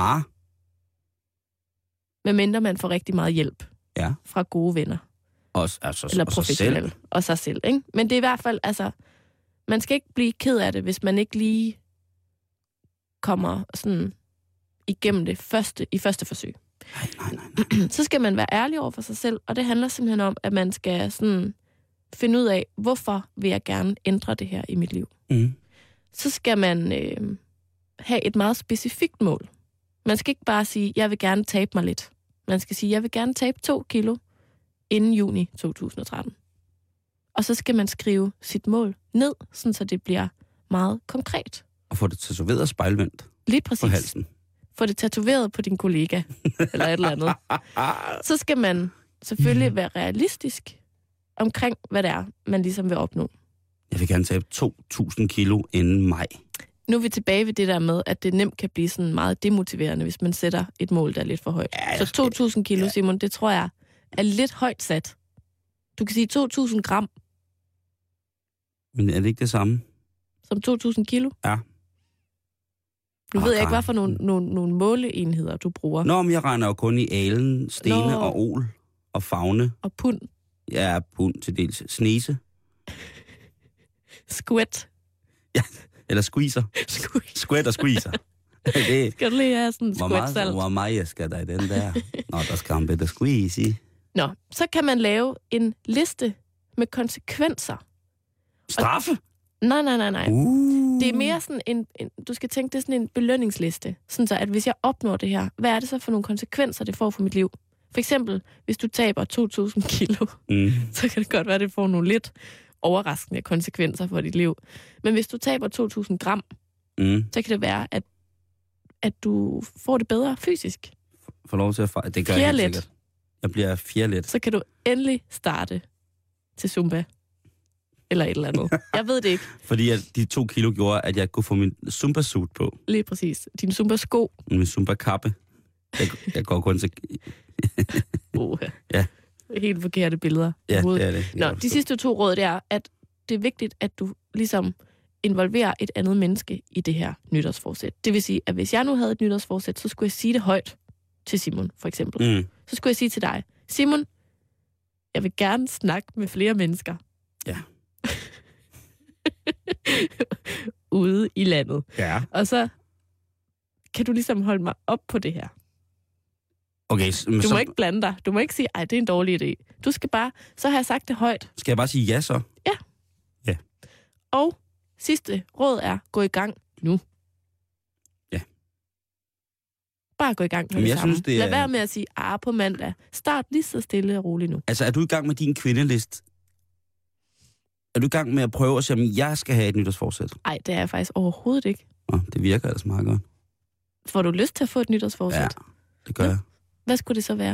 Speaker 2: Medmindre man får rigtig meget hjælp fra gode venner. Eller professionelle. Og sig selv, ikke? Men det er i hvert fald, altså, man skal ikke blive ked af det, hvis man ikke lige kommer sådan igennem det i første forsøg.
Speaker 4: Nej.
Speaker 2: Så skal man være ærlig over for sig selv, og det handler simpelthen om, at man skal sådan finde ud af, hvorfor vil jeg gerne ændre det her i mit liv. Så skal man have et meget specifikt mål. Man skal ikke bare sige, jeg vil gerne tabe mig lidt. Man skal sige, jeg vil gerne tabe 2 kilo inden juni 2013. Og så skal man skrive sit mål ned, sådan så det bliver meget konkret.
Speaker 4: Og få det tatoveret spejlvendt.
Speaker 2: Lige præcis.
Speaker 4: På halsen.
Speaker 2: Få det tatoveret på din kollega, eller et eller andet. Så skal man selvfølgelig være realistisk omkring, hvad det er, man ligesom vil opnå.
Speaker 4: Jeg vil gerne tabe 2.000 kilo inden maj.
Speaker 2: Nu er vi tilbage ved det der med, at det nemt kan blive sådan meget demotiverende, hvis man sætter et mål, der er lidt for højt. Så 2.000 kilo, Simon, det tror jeg er lidt højt sat. Du kan sige 2.000 gram.
Speaker 4: Men er det ikke det samme?
Speaker 2: Som 2.000 kilo?
Speaker 4: Ja.
Speaker 2: Nu ved jeg ikke, hvad for nogle måleenheder, du bruger.
Speaker 4: Nå, men jeg regner jo kun i alen, stene og ol og fagne.
Speaker 2: Og pund.
Speaker 4: Ja, pund til dels. Snese.
Speaker 2: Squat.
Speaker 4: Ja, eller squeezer. Squat og squeezer. Det,
Speaker 2: skal du lige have sådan en squat-salt?
Speaker 4: Hvor meget skal der i den der? Nå, der skal en bedre squeeze i.
Speaker 2: Nå, så kan man lave en liste med konsekvenser.
Speaker 4: Straffe?
Speaker 2: Nej. Det er mere sådan du skal tænke, det er sådan en belønningsliste. Sådan så, at hvis jeg opnår det her, hvad er det så for nogle konsekvenser, det får for mit liv? For eksempel, hvis du taber 2.000 kilo, så kan det godt være, at det får nogle lidt overraskende konsekvenser for dit liv. Men hvis du taber 2.000 gram, så kan det være, at du får det bedre fysisk.
Speaker 4: Får lov til at fejre. Det gør jeg helt sikkert. Jeg bliver fjerlet.
Speaker 2: Så kan du endelig starte til Zumba. Eller et eller andet. Jeg ved det ikke.
Speaker 4: Fordi at de 2 kilo gjorde, at jeg kunne få min Zumba-suit på.
Speaker 2: Lige præcis. Din Zumba-sko.
Speaker 4: Min Zumba-kappe. Jeg går kun til...
Speaker 2: Ja. Helt forkerte billeder.
Speaker 4: Ja, det er det.
Speaker 2: Nå, de sidste 2 råd, det er, at det er vigtigt, at du ligesom involverer et andet menneske i det her nytårsforsæt. Det vil sige, at hvis jeg nu havde et nytårsforsæt, så skulle jeg sige det højt til Simon, for eksempel. Så skulle jeg sige til dig, Simon, jeg vil gerne snakke med flere mennesker.
Speaker 4: Ja.
Speaker 2: ude i landet.
Speaker 4: Ja.
Speaker 2: Og så kan du ligesom holde mig op på det her.
Speaker 4: Okay,
Speaker 2: du må ikke blande dig. Du må ikke sige, ej, det er en dårlig idé. Du skal bare, så har jeg sagt det højt.
Speaker 4: Skal jeg bare sige ja så?
Speaker 2: Ja.
Speaker 4: Ja.
Speaker 2: Og sidste råd er, gå i gang nu.
Speaker 4: Ja.
Speaker 2: Bare gå i gang med det samme. Lad være med at sige, på mandag. Start lige så stille og roligt nu.
Speaker 4: Altså, er du i gang med din kvindelist? Er du i gang med at prøve at sige, at jeg skal have et nytårsforsæt?
Speaker 2: Nej, det er jeg faktisk overhovedet ikke.
Speaker 4: Det virker altså meget godt.
Speaker 2: Får du lyst til at få et nytårsforsæt?
Speaker 4: Ja, det gør jeg.
Speaker 2: Hvad skulle det så være?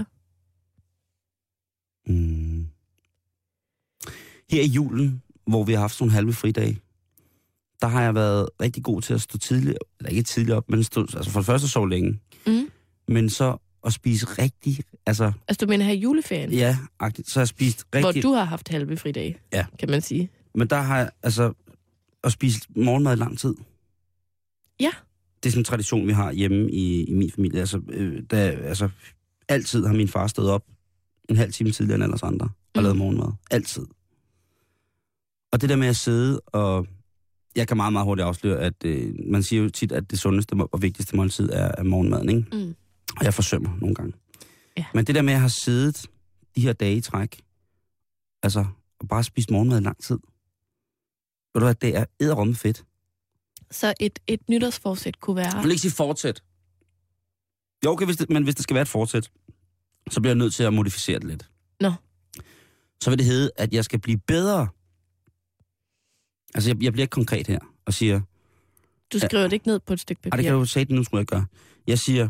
Speaker 4: Her i julen, hvor vi har haft sådan nogle halve fridage, der har jeg været rigtig god til at stå tidligt, eller ikke tidligt op, men altså for det første sove længe. Men så at spise rigtig, altså
Speaker 2: du mener her i juleferien?
Speaker 4: Ja, så har jeg spist rigtig...
Speaker 2: Hvor du har haft halve fridage, kan man sige.
Speaker 4: Men der har jeg altså at spise morgenmad i lang tid.
Speaker 2: Ja.
Speaker 4: Det er sådan en tradition, vi har hjemme i min familie. Altså, altid har min far stået op en halv time tidligere end alle os andre og lavet morgenmad. Altid. Og det der med at sidde, og jeg kan meget, meget hurtigt afsløre, at man siger jo tit, at det sundeste og vigtigste måltid er morgenmaden, ikke? Og jeg forsømmer nogle gange. Ja. Men det der med at have siddet de her dage i træk, altså, og bare spist morgenmad i lang tid, ved du hvad, det er edderomme fedt.
Speaker 2: Så et nytårsforsæt kunne være...
Speaker 4: Jeg vil ikke sige fortsæt. Jo, okay, men hvis det skal være et fortsæt, så bliver jeg nødt til at modificere det lidt.
Speaker 2: Nå.
Speaker 4: Så vil det hedde, at jeg skal blive bedre. Altså, jeg bliver ikke konkret her og siger...
Speaker 2: Du skriver det ikke ned på et stykke papir?
Speaker 4: Det kan du sige, det nu skulle jeg gøre. Jeg siger,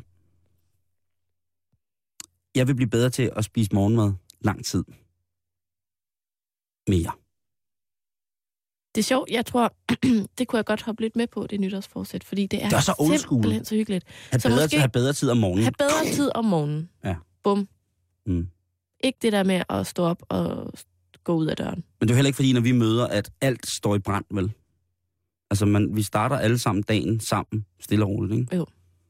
Speaker 4: jeg vil blive bedre til at spise morgenmad lang tid. Mere.
Speaker 2: Det er sjovt. Jeg tror, det kunne jeg godt hoppe lidt med på, det nytårsforsæt, fordi det er
Speaker 4: så old school.
Speaker 2: Simpelthen så hyggeligt.
Speaker 4: Have bedre tid om morgenen.
Speaker 2: Have bedre tid om morgenen.
Speaker 4: Ja.
Speaker 2: Bum. Ikke det der med at stå op og gå ud af døren. Men
Speaker 4: det er heller ikke fordi, når vi møder, at alt står i brand, vel? Altså, vi starter alle sammen dagen sammen, stille og roligt, ikke?
Speaker 2: Jo.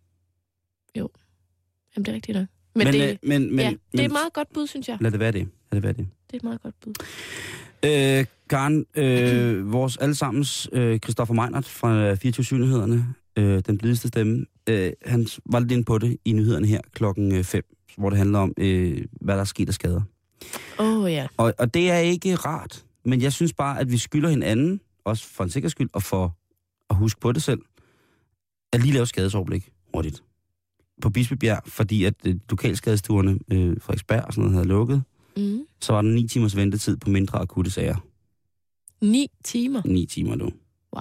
Speaker 2: Jamen, det er rigtigt nok. Men det er et meget godt bud, synes jeg.
Speaker 4: Lad det være det.
Speaker 2: Det er et meget godt bud.
Speaker 4: Karen, vores allesammens Christoffer Meinert fra 24/7-nyhederne, den blideste stemme, han var lidt inde på det i nyhederne her klokken 5, hvor det handler om, hvad der er sket af skader.
Speaker 2: Ja.
Speaker 4: Og det er ikke rart, men jeg synes bare, at vi skylder hinanden, også for en sikker skyld, og for at huske på det selv, at lige lave skadesoverblik hurtigt. På Bispebjerg, fordi at lokalskadestuerne, Frederiksberg og sådan noget, havde lukket, så var der 9 timers ventetid på mindre akutte sager.
Speaker 2: 9 timer?
Speaker 4: 9 timer nu.
Speaker 2: Wow.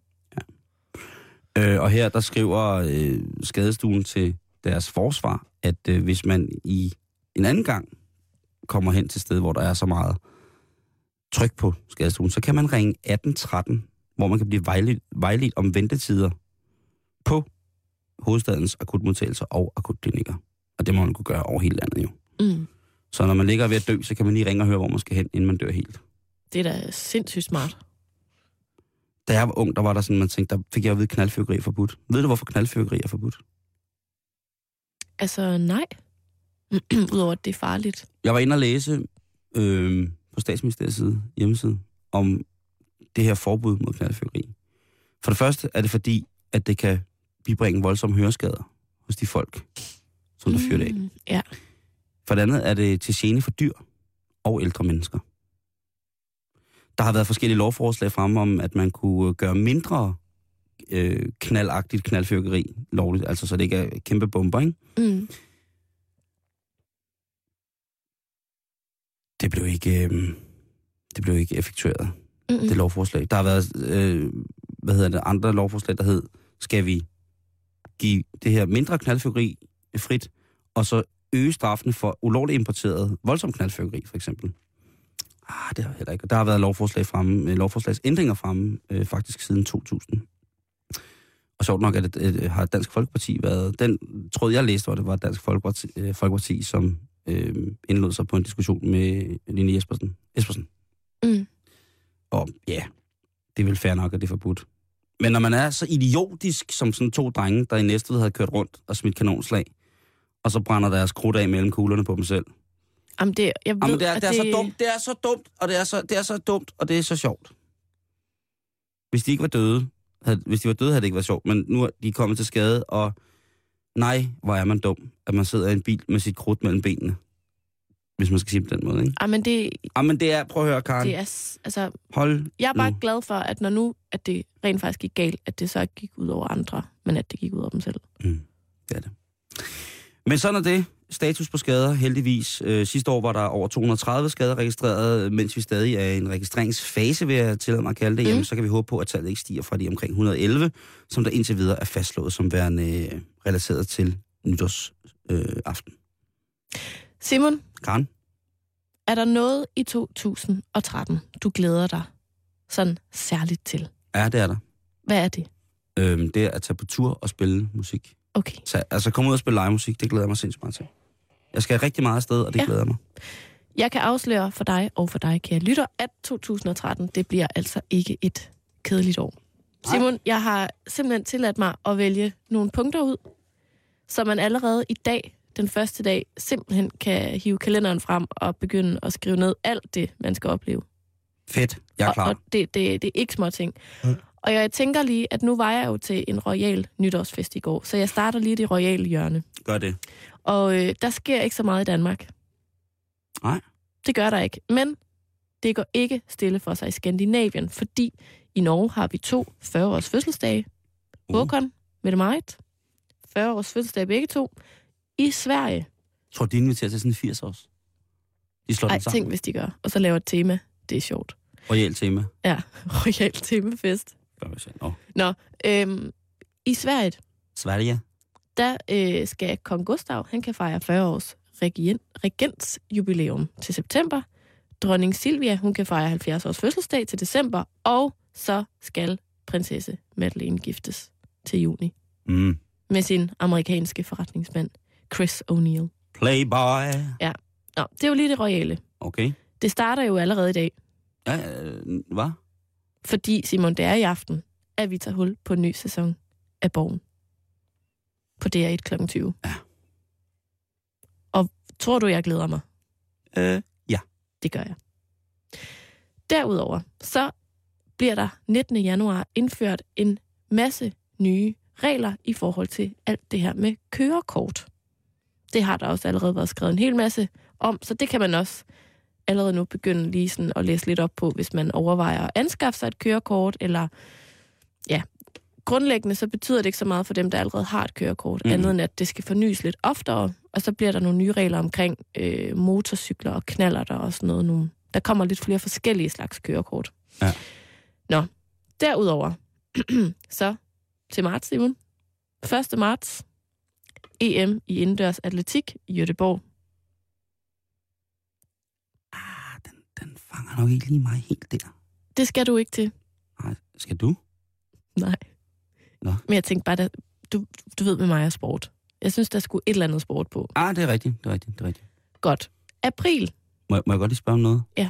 Speaker 4: Ja. Og her, der skriver skadestuen til deres forsvar, at hvis man i en anden gang kommer hen til et sted, hvor der er så meget tryk på skadestuen, så kan man ringe 1813, hvor man kan blive vejledt om ventetider på hovedstadens akutmodtagelser og akutklinikker. Og det må man kunne gøre over hele landet jo. Så når man ligger ved at dø, så kan man lige ringe og høre, hvor man skal hen, inden man dør helt.
Speaker 2: Det er da sindssygt smart.
Speaker 4: Da jeg var ung, der var der sådan, man tænkte, der fik jeg at vide, at knaldfyrværkeri er forbudt. Ved du, hvorfor knaldfyrværkeri er forbudt?
Speaker 2: Altså, nej. Udover at det er farligt.
Speaker 4: Jeg var inde og læse på Statsministeriets hjemmeside om det her forbud mod knaldfyrværkeri. For det første er det fordi, at det kan bibringe voldsomme høreskader hos de folk, som der fyrer det af.
Speaker 2: Ja.
Speaker 4: For det andet er det til gene for dyr og ældre mennesker. Der har været forskellige lovforslag fremme om, at man kunne gøre mindre knaldagtigt knaldfyrværkeri lovligt, altså så det ikke er kæmpe bomber, ikke? Det blev ikke effektueret, det lovforslag. Der har været, andre lovforslag, der hed, skal vi give det her mindre knaldfyrværkeri frit, og så øge straffen for ulovligt importeret voldsom knaldfyrværkeri, for eksempel. Det har heller ikke. Der har været lovforslagsændringer fremme, faktisk siden 2000. Og sjovt nok, at det har Dansk Folkeparti været... Den tråd, jeg læste, det var Dansk Folkeparti som indlod sig på en diskussion med Line Espersen. Og ja, det er vel fair nok, at det er forbudt. Men når man er så idiotisk som sådan 2 drenge, der i Næstved havde kørt rundt og smidt kanonslag, og så brænder deres krudt af mellem kuglerne på dem selv.
Speaker 2: Jamen det er
Speaker 4: så dumt, det er så dumt, og det er så dumt, og det er så sjovt. Hvis de ikke var døde, Hvis de var døde, havde det ikke været sjovt. Men nu er de kommet til skade, og nej, hvor er man dum, at man sidder i en bil med sit krudt mellem benene. Hvis man skal sige på den måde, ikke?
Speaker 2: Men
Speaker 4: det er, prøv at høre, Karen.
Speaker 2: Det er, altså,
Speaker 4: hold
Speaker 2: jeg er bare
Speaker 4: nu.
Speaker 2: glad for, at når nu, at det rent faktisk gik galt, at det så ikke gik ud over andre, men at det gik ud over dem selv.
Speaker 4: Det er det. Men sådan er det. Status på skader, heldigvis. Sidste år var der over 230 skader registreret, mens vi stadig er i en registreringsfase, vil jeg tillade mig at kalde det. Jamen, så kan vi håbe på, at tallet ikke stiger fra de omkring 111, som der indtil videre er fastslået som værende relateret til nytårsaften.
Speaker 2: Simon?
Speaker 4: Karen?
Speaker 2: Er der noget i 2013, du glæder dig sådan særligt til?
Speaker 4: Ja, det er der.
Speaker 2: Hvad er det?
Speaker 4: Det er at tage på tur og spille musik.
Speaker 2: Okay.
Speaker 4: Så, altså komme ud og spille live musik, det glæder jeg mig sindssygt meget til. Jeg skal rigtig meget afsted, og det glæder mig.
Speaker 2: Jeg kan afsløre for dig og for dig, kære lytter, at 2013, det bliver altså ikke et kedeligt år. Simon, jeg har simpelthen tilladt mig at vælge nogle punkter ud, så man allerede i dag, den første dag, simpelthen kan hive kalenderen frem og begynde at skrive ned alt det, man skal opleve.
Speaker 4: Fedt, jeg er klar.
Speaker 2: Og det er ikke små ting. Og jeg tænker lige, at nu var jeg jo til en royal nytårsfest i går, så jeg starter lige det royale hjørne.
Speaker 4: Gør det.
Speaker 2: Og der sker ikke så meget i Danmark.
Speaker 4: Nej.
Speaker 2: Det gør der ikke. Men det går ikke stille for sig i Skandinavien, fordi i Norge har vi 2 40-års fødselsdage. Håkon, Mette-Marit. 40-års fødselsdage begge 2. I Sverige.
Speaker 4: Jeg tror, de inviterer til sådan en 80-års. De slår den sammen.
Speaker 2: Tænk, hvis de gør. Og så laver et tema. Det er sjovt.
Speaker 4: Royal tema.
Speaker 2: Ja, royal temafest. Nå, i Sverige, der skal kong Gustav, han kan fejre 40 års regentsjubilæum til september. Dronning Silvia, hun kan fejre 70 års fødselsdag til december. Og så skal prinsesse Madeleine giftes til juni. Med sin amerikanske forretningsmand, Chris O'Neill.
Speaker 4: Playboy.
Speaker 2: Ja, nå, det er jo lige det royale.
Speaker 4: Okay.
Speaker 2: Det starter jo allerede i dag.
Speaker 4: Ja, hvad?
Speaker 2: Fordi, Simon, det er i aften, at vi tager hul på en ny sæson af Borgen. På DR1 kl. 20.
Speaker 4: Ja.
Speaker 2: Og tror du, jeg glæder mig?
Speaker 4: Ja.
Speaker 2: Det gør jeg. Derudover, så bliver der 19. januar indført en masse nye regler i forhold til alt det her med kørekort. Det har der også allerede været skrevet en hel masse om, så det kan man også allerede nu begynde lige sådan at læse lidt op på, hvis man overvejer at anskaffe sig et kørekort, eller ja, grundlæggende så betyder det ikke så meget for dem, der allerede har et kørekort, andet end at det skal fornyes lidt oftere, og så bliver der nogle nye regler omkring motorcykler og knallerter og sådan noget nu. Der kommer lidt flere forskellige slags kørekort.
Speaker 4: Ja.
Speaker 2: Nå, derudover, så til marts, Simon. 1. marts, EM i indendørs atletik i Göteborg.
Speaker 4: Den fanger nok ikke lige mig helt der.
Speaker 2: Det skal du ikke til.
Speaker 4: Nej, skal du?
Speaker 2: Nej.
Speaker 4: Nå.
Speaker 2: Men jeg tænkte bare, du ved med mig er sport. Jeg synes, der skulle et eller andet sport på.
Speaker 4: Det er rigtigt.
Speaker 2: Godt. April.
Speaker 4: Må jeg godt lige spørge om noget?
Speaker 2: Ja.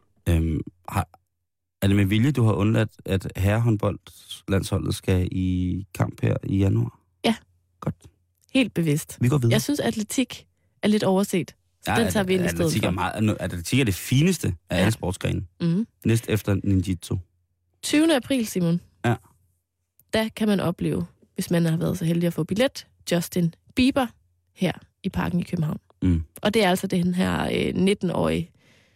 Speaker 4: Er det med vilje, du har undladt, at herrehåndboldlandsholdet skal i kamp her i januar?
Speaker 2: Ja.
Speaker 4: Godt.
Speaker 2: Helt bevidst.
Speaker 4: Vi går videre.
Speaker 2: Jeg synes, atletik er lidt overset. Den tager vi ind i stedet for.
Speaker 4: Atletik er det fineste af alle sportsgrene. Næst efter ninjitsu.
Speaker 2: 20. april, Simon.
Speaker 4: Ja.
Speaker 2: Der kan man opleve, hvis man har været så heldig at få billet, Justin Bieber her i Parken i København. Og det er altså den her 19-årige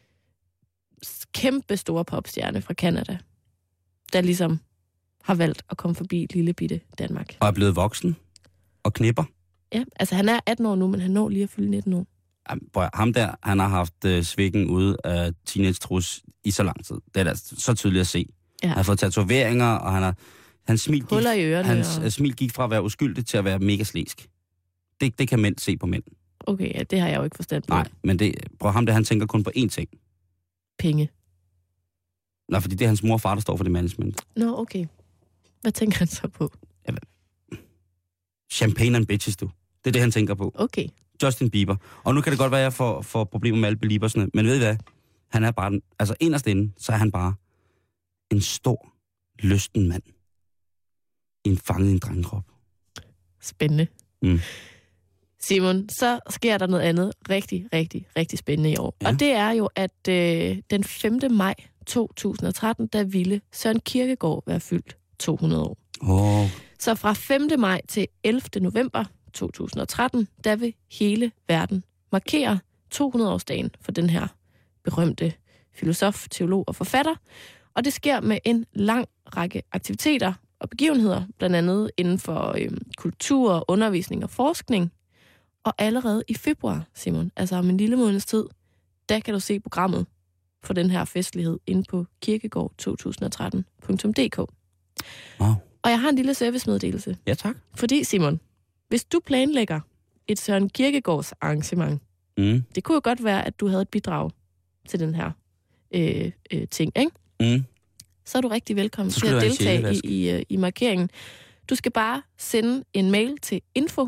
Speaker 2: kæmpe store popstjerne fra Canada, der ligesom har valgt at komme forbi lille bitte Danmark.
Speaker 4: Og er blevet voksen og knipper.
Speaker 2: Ja, altså han er 18 år nu, men han når lige at fylde 19 år.
Speaker 4: Ham der, han har haft svikken ude af teenage-trus i så lang tid. Det er da så tydeligt at se. Ja. Han har fået tatoveringer, og hans smil gik fra at være uskyldig til at være mega slæsk. Det kan mænd se på mænd.
Speaker 2: Okay, ja, det har jeg jo ikke forstand på.
Speaker 4: Nej, men ham der, han tænker kun på én ting.
Speaker 2: Penge.
Speaker 4: Nej, fordi det er hans mor og far, der står for det management.
Speaker 2: Nå, okay. Hvad tænker han så på?
Speaker 4: Ja, champagne and bitches, du. Det er det, han tænker på.
Speaker 2: Okay.
Speaker 4: Justin Bieber. Og nu kan det godt være, at jeg får problemer med alle beliebersne, men ved I hvad? Han er bare, altså inderst inde, så er han bare en stor, lysten mand. Fanget i en drengekrop.
Speaker 2: Spændende. Simon, så sker der noget andet rigtig, rigtig, rigtig spændende i år. Ja. Og det er jo, at den 5. maj 2013, der ville Søren Kierkegaard være fyldt 200 år. Så fra 5. maj til 11. november 2013, der vil hele verden markere 200-årsdagen for den her berømte filosof, teolog og forfatter. Og det sker med en lang række aktiviteter og begivenheder, blandt andet inden for kultur, undervisning og forskning. Og allerede i februar, Simon, altså om en lille måneds tid, der kan du se programmet for den her festlighed inde på kirkegård2013.dk.
Speaker 4: Wow.
Speaker 2: Og jeg har en lille servicemeddelelse.
Speaker 4: Ja, tak.
Speaker 2: Fordi, Simon, hvis du planlægger et Søren Kierkegaards arrangement, det kunne jo godt være, at du havde et bidrag til den her ting, ikke? Så er du rigtig velkommen til at deltage i markeringen. Du skal bare sende en mail til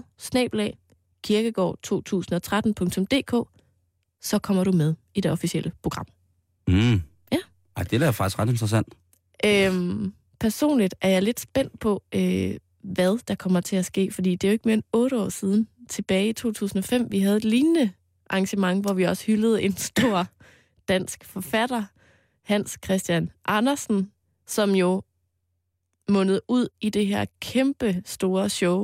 Speaker 2: info@kirkegård2013.dk, så kommer du med i det officielle program. Ja.
Speaker 4: Ej, det er faktisk ret interessant.
Speaker 2: Personligt er jeg lidt spændt på, hvad der kommer til at ske, fordi det er jo ikke mere end 8 år siden, tilbage i 2005, vi havde et lignende arrangement, hvor vi også hyldede en stor dansk forfatter, Hans Christian Andersen, som jo mundede ud i det her kæmpe store show.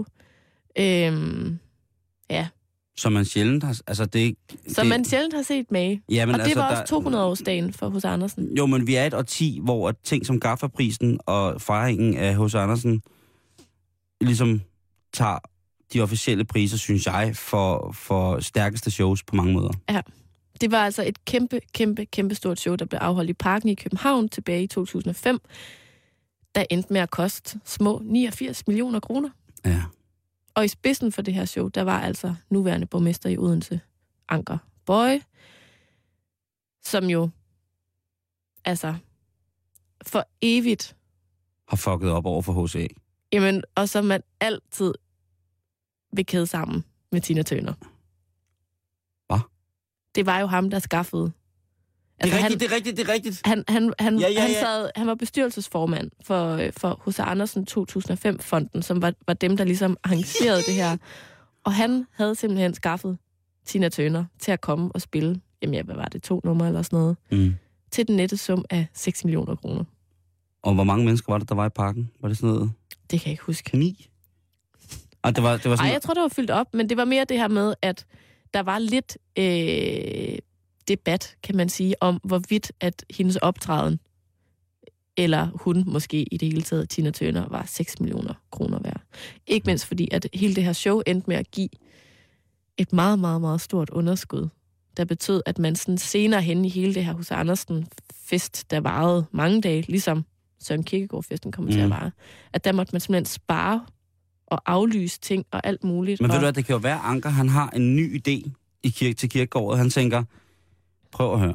Speaker 2: Ja.
Speaker 4: Som man sjældent har... Altså
Speaker 2: man sjældent har set med.
Speaker 4: Ja, men
Speaker 2: og det var også 200-årsdagen for H.C. Andersen.
Speaker 4: Jo, men vi er et årti, hvor ting som Gaffaprisen og fejringen af H.C. Andersen ligesom tager de officielle priser, synes jeg, for stærkeste shows på mange måder.
Speaker 2: Ja. Det var altså et kæmpe stort show, der blev afholdt i Parken i København tilbage i 2005. Der endte med at koste små 89 millioner kroner.
Speaker 4: Ja.
Speaker 2: Og i spidsen for det her show, der var altså nuværende borgmester i Odense, Anker Boye, som jo altså for evigt
Speaker 4: har fucket op over for H.C.
Speaker 2: Jamen, og som man altid vil kæde sammen med Tina Turner.
Speaker 4: Hvad?
Speaker 2: Det var jo ham, der skaffede.
Speaker 4: Altså, det er rigtigt.
Speaker 2: Han var bestyrelsesformand for H.C. Andersen 2005-fonden, som var dem, der ligesom arrangerede det her. Og han havde simpelthen skaffet Tina Turner til at komme og spille, jamen hvad var det, 2 numre eller sådan noget, til den nette sum af 6 millioner kroner.
Speaker 4: Og hvor mange mennesker var det, der var i Parken? Var det sådan noget?
Speaker 2: Det kan jeg ikke huske.
Speaker 4: 9? Og det var sådan...
Speaker 2: Ej, jeg tror, det var fyldt op, men det var mere det her med, at der var lidt debat, kan man sige, om hvorvidt at hendes optræden, eller hun måske i det hele taget, Tina Turner, var 6 millioner kroner værd. Ikke mindst fordi, at hele det her show endte med at give et meget, meget, meget stort underskud, der betød, at man sådan senere hen i hele det her H.C. Andersen-fest, der varede mange dage, ligesom Søren Kierkegaard-festen kommer til at vare, at der måtte man simpelthen spare og aflyse ting og alt muligt.
Speaker 4: Men ved du hvad, det kan jo være, Anker, han har en ny idé til Kierkegaard. Han tænker, prøv at høre.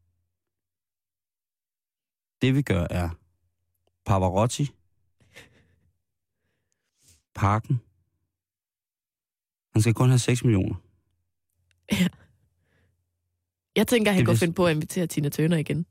Speaker 4: Det vi gør er Pavarotti, Parken. Han skal kun have 6 millioner.
Speaker 2: Ja. Jeg tænker, han går finde på at invitere Tina Turner igen.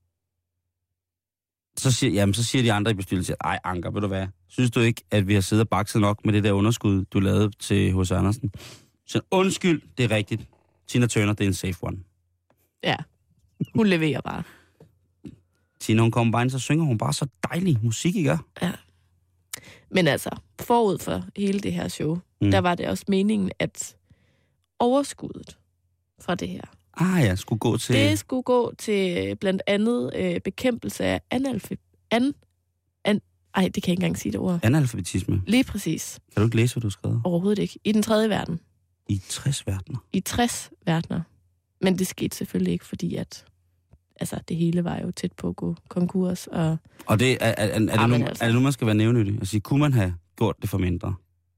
Speaker 4: Så siger de andre i bestyrelsen, ej Anker, ved du hvad, synes du ikke, at vi har siddet og bakset nok med det der underskud, du lavede til H.C. Andersen? Så undskyld, det er rigtigt. Tina Turner, det er en safe one.
Speaker 2: Ja, hun leverer bare.
Speaker 4: Tina, hun kommer bare ind, så synger hun bare så dejlig musik, ikke?
Speaker 2: Ja. Men altså, forud for hele det her show, der var det også meningen, at overskuddet fra det her,
Speaker 4: skulle gå til...
Speaker 2: Det skulle gå til blandt andet bekæmpelse af det kan jeg ikke engang sige det ord.
Speaker 4: Analfabetisme.
Speaker 2: Lige præcis.
Speaker 4: Kan du ikke læse, hvad du har skrevet?
Speaker 2: Overhovedet ikke. I den 3. verden.
Speaker 4: I 60 verdener?
Speaker 2: I 60 verdener. Men det skete selvfølgelig ikke, fordi at det hele var jo tæt på at gå konkurs.
Speaker 4: Og det er det nu, man skal være nævnyttig? Altså, kunne man have gjort det for mindre?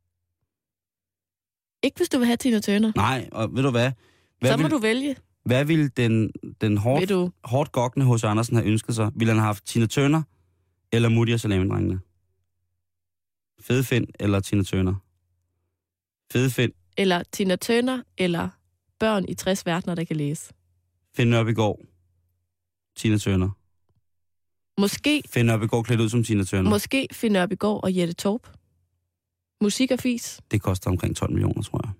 Speaker 2: Ikke hvis du vil have Tina Turner.
Speaker 4: Nej, og ved du hvad?
Speaker 2: Så må du vælge.
Speaker 4: Hvad ville den hårdt gokkende H.C. Andersen have ønsket sig? Ville han have haft Tina Turner eller Mutti og Salamidrengene? Fedfind eller Tina Turner? Fedfind.
Speaker 2: Eller Tina Turner, eller børn i 60 verdener, der kan læse.
Speaker 4: Finn Nørbegaard. Tina Turner.
Speaker 2: Måske...
Speaker 4: Finn Nørbegaard klædt ud som Tina Turner.
Speaker 2: Måske Finn Nørbegaard og Jette Torp. Musik og fis.
Speaker 4: Det koster omkring 12 millioner, tror jeg.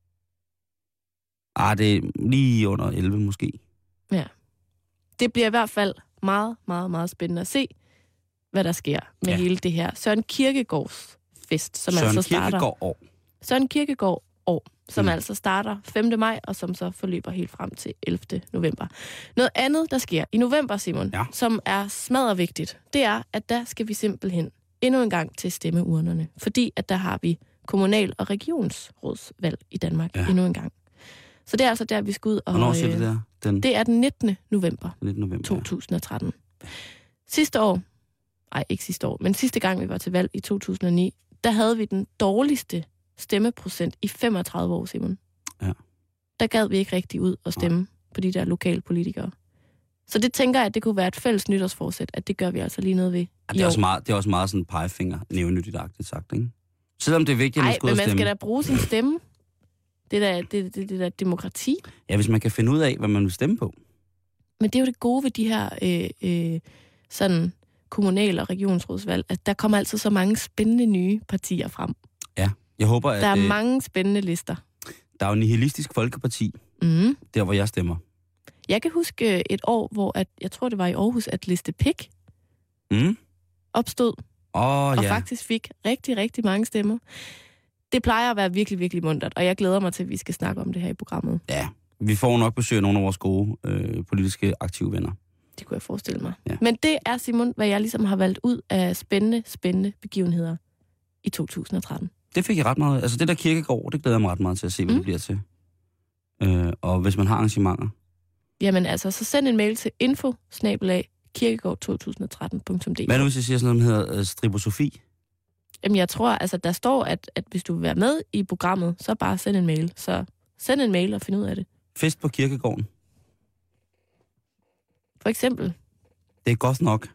Speaker 4: Det er lige under 11 måske.
Speaker 2: Ja. Det bliver i hvert fald meget, meget, meget spændende at se, hvad der sker med hele det her Søren Kierkegaards fest, som
Speaker 4: Søren
Speaker 2: altså starter...
Speaker 4: Kierkegaard-år.
Speaker 2: Søren Kierkegaard-år, som altså starter 5. maj, og som så forløber helt frem til 11. november. Noget andet, der sker i november, Simon, som er smaddervigtigt, det er, at der skal vi simpelthen endnu en gang til stemmeurnerne. Fordi at der har vi kommunal- og regionsrådsvalg i Danmark endnu en gang. Så det er altså der, vi skal ud og...
Speaker 4: Hvornår siger det der?
Speaker 2: Det er den 19. november,
Speaker 4: 19. november
Speaker 2: 2013. Sidste år, ikke sidste år, men sidste gang vi var til valg i 2009, der havde vi den dårligste stemmeprocent i 35 år, Simon.
Speaker 4: Ja.
Speaker 2: Der gad vi ikke rigtig ud og stemme på de der lokale politikere. Så det tænker jeg, at det kunne være et fælles nytårsforsæt, at det gør vi altså lige noget ved.
Speaker 4: Det er også meget sådan pegefinger, nævnyttigt sagt, ikke? Selvom det er vigtigt, at man skal ud og stemme.
Speaker 2: men man skal da bruge sin stemme. Det er da demokrati.
Speaker 4: Ja, hvis man kan finde ud af, hvad man vil stemme på.
Speaker 2: Men det er jo det gode ved de her sådan kommunal- og regionsrådsvalg, at der kommer altid så mange spændende nye partier frem.
Speaker 4: Ja, jeg håber, at...
Speaker 2: Der er mange spændende lister.
Speaker 4: Der er jo Nihilistisk Folkeparti, der hvor jeg stemmer.
Speaker 2: Jeg kan huske et år, hvor jeg tror, det var i Aarhus, at Liste Pik opstod. Og faktisk fik rigtig, rigtig mange stemmer. Det plejer at være virkelig, virkelig muntert, og jeg glæder mig til, at vi skal snakke om det her i programmet.
Speaker 4: Ja, vi får nok besøg af nogle af vores gode politiske aktive venner.
Speaker 2: Det kunne jeg forestille mig. Ja. Men det er, Simon, hvad jeg ligesom har valgt ud af spændende begivenheder i 2013.
Speaker 4: Det fik jeg ret meget. Altså det der Kierkegaard, det glæder jeg mig ret meget til at se, hvad det bliver til. Og hvis man har arrangementer.
Speaker 2: Jamen altså, så send en mail til info@kirkegaard2013.dk.
Speaker 4: Hvad nu, hvis jeg siger sådan noget, der hedder stribosofi?
Speaker 2: Jamen jeg tror, altså der står, at hvis du vil være med i programmet, så bare send en mail. Så send en mail og find ud af det.
Speaker 4: Fest på Kirkegården.
Speaker 2: For eksempel.
Speaker 4: Det er godt nok.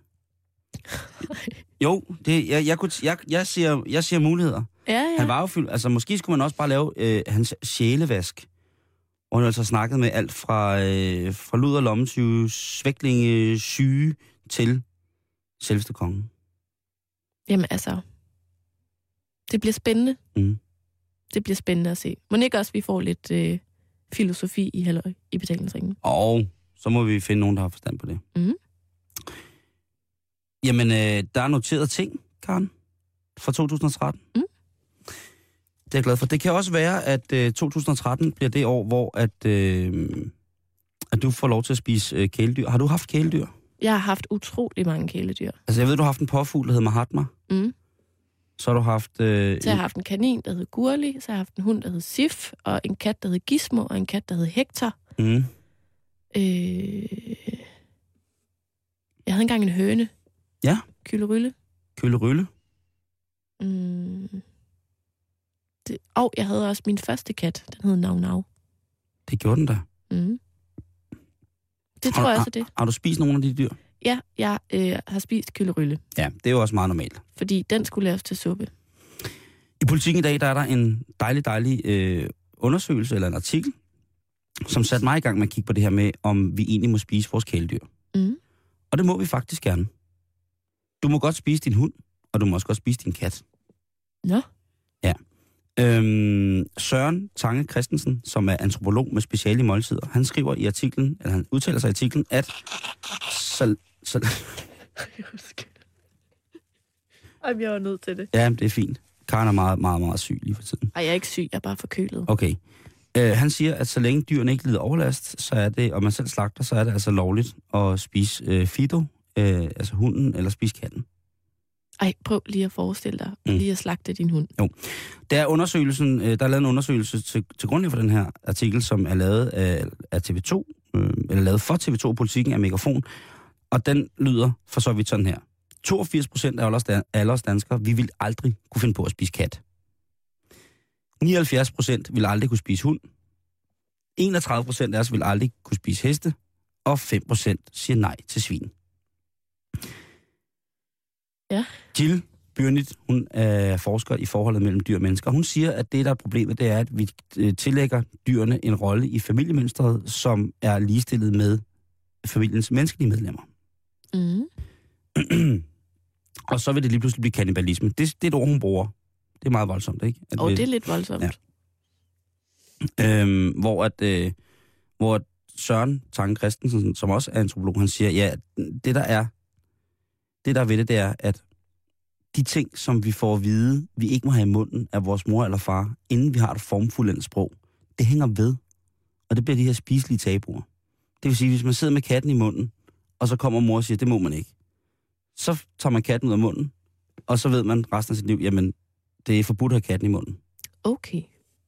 Speaker 4: Jo, jeg siger muligheder.
Speaker 2: Ja.
Speaker 4: Han var jo fyldt, altså måske skulle man også bare lave hans sjælevask. Og han altså snakket med alt fra luder, lommetyve, svæklinge, syge til selveste kongen.
Speaker 2: Jamen altså, det bliver spændende. Det bliver spændende at se. Må ikke også, vi får lidt filosofi i halløj i betalingsringen?
Speaker 4: Og så må vi finde nogen, der har forstand på det. Jamen, der er noteret ting, Karen, fra 2013. Det er jeg glad for. Det kan også være, at 2013 bliver det år, hvor at du får lov til at spise kæledyr. Har du haft kæledyr?
Speaker 2: Jeg har haft utrolig mange kæledyr.
Speaker 4: Altså, jeg ved, du har haft en påfugl, der hedder Mahatma. Så har du haft... Så
Speaker 2: jeg har haft en kanin, der hed Gurli, så har jeg haft en hund, der hed Sif, og en kat, der hed Gizmo, og en kat, der hed Hector. Jeg havde engang en høne.
Speaker 4: Ja.
Speaker 2: Kyllerylle.
Speaker 4: Kyllerylle.
Speaker 2: Og jeg havde også min første kat, den hed Nau.
Speaker 4: Det gjorde den da.
Speaker 2: Det tror jeg også er det.
Speaker 4: Har du spist nogle af de dyr?
Speaker 2: Ja, jeg har spist kyllerylle.
Speaker 4: Ja, det er jo også meget normalt.
Speaker 2: Fordi den skulle laves til suppe.
Speaker 4: I Politiken i dag, der er der en dejlig undersøgelse, eller en artikel, som satte mig i gang med at kigge på det her med, om vi egentlig må spise vores kæledyr. Og det må vi faktisk gerne. Du må godt spise din hund, og du må også godt spise din kat.
Speaker 2: Nå?
Speaker 4: Ja. Søren Tange Christensen, som er antropolog med speciale i måltider, han skriver i artiklen, eller han udtaler sig i artiklen, at
Speaker 2: Jeg var nødt til det.
Speaker 4: Ja, det er fint. Karen er meget, meget, meget syg lige for tiden.
Speaker 2: Ej, jeg er ikke syg, jeg er bare forkølet.
Speaker 4: Okay. Han siger, at så længe dyrene ikke lider overlast, så er det, og man selv slagter, så er det altså lovligt at spise Fido, altså hunden, eller spise katten.
Speaker 2: Ej, prøv lige at forestille dig, lige at slagte din hund.
Speaker 4: Jo. Der er lavet en undersøgelse til grundlag for den her artikel, som er lavet af TV2, eller lavet for TV2 Politikken af Megafon, og den lyder for så vidt sådan her. 82% af alle os danskere, vi vil aldrig kunne finde på at spise kat. 79% vil aldrig kunne spise hund. 31% af os vil aldrig kunne spise heste. Og 5% siger nej til svin.
Speaker 2: Ja.
Speaker 4: Jill Byrnit, hun er forsker i forholdet mellem dyr og mennesker. Hun siger, at det, der er problemet, det er, at vi tillægger dyrene en rolle i familiemønstret, som er ligestillet med familiens menneskelige medlemmer. Og så vil det lige pludselig blive kannibalisme. Det er et ord, hun bruger. Det er meget voldsomt, ikke?
Speaker 2: Det er lidt voldsomt.
Speaker 4: Ja. Hvor Søren Tange Christensen, som også er antropolog, han siger, ja, det der er det der ved det er, at de ting, som vi får at vide, vi ikke må have i munden af vores mor eller far, inden vi har et formfuldendt sprog, det hænger ved. Og det bliver de her spiselige tabuer. Det vil sige, hvis man sidder med katten i munden, og så kommer mor og siger, det må man ikke. Så tager man katten ud af munden, og så ved man resten af sit liv, jamen, det er forbudt at have katten i munden.
Speaker 2: Okay.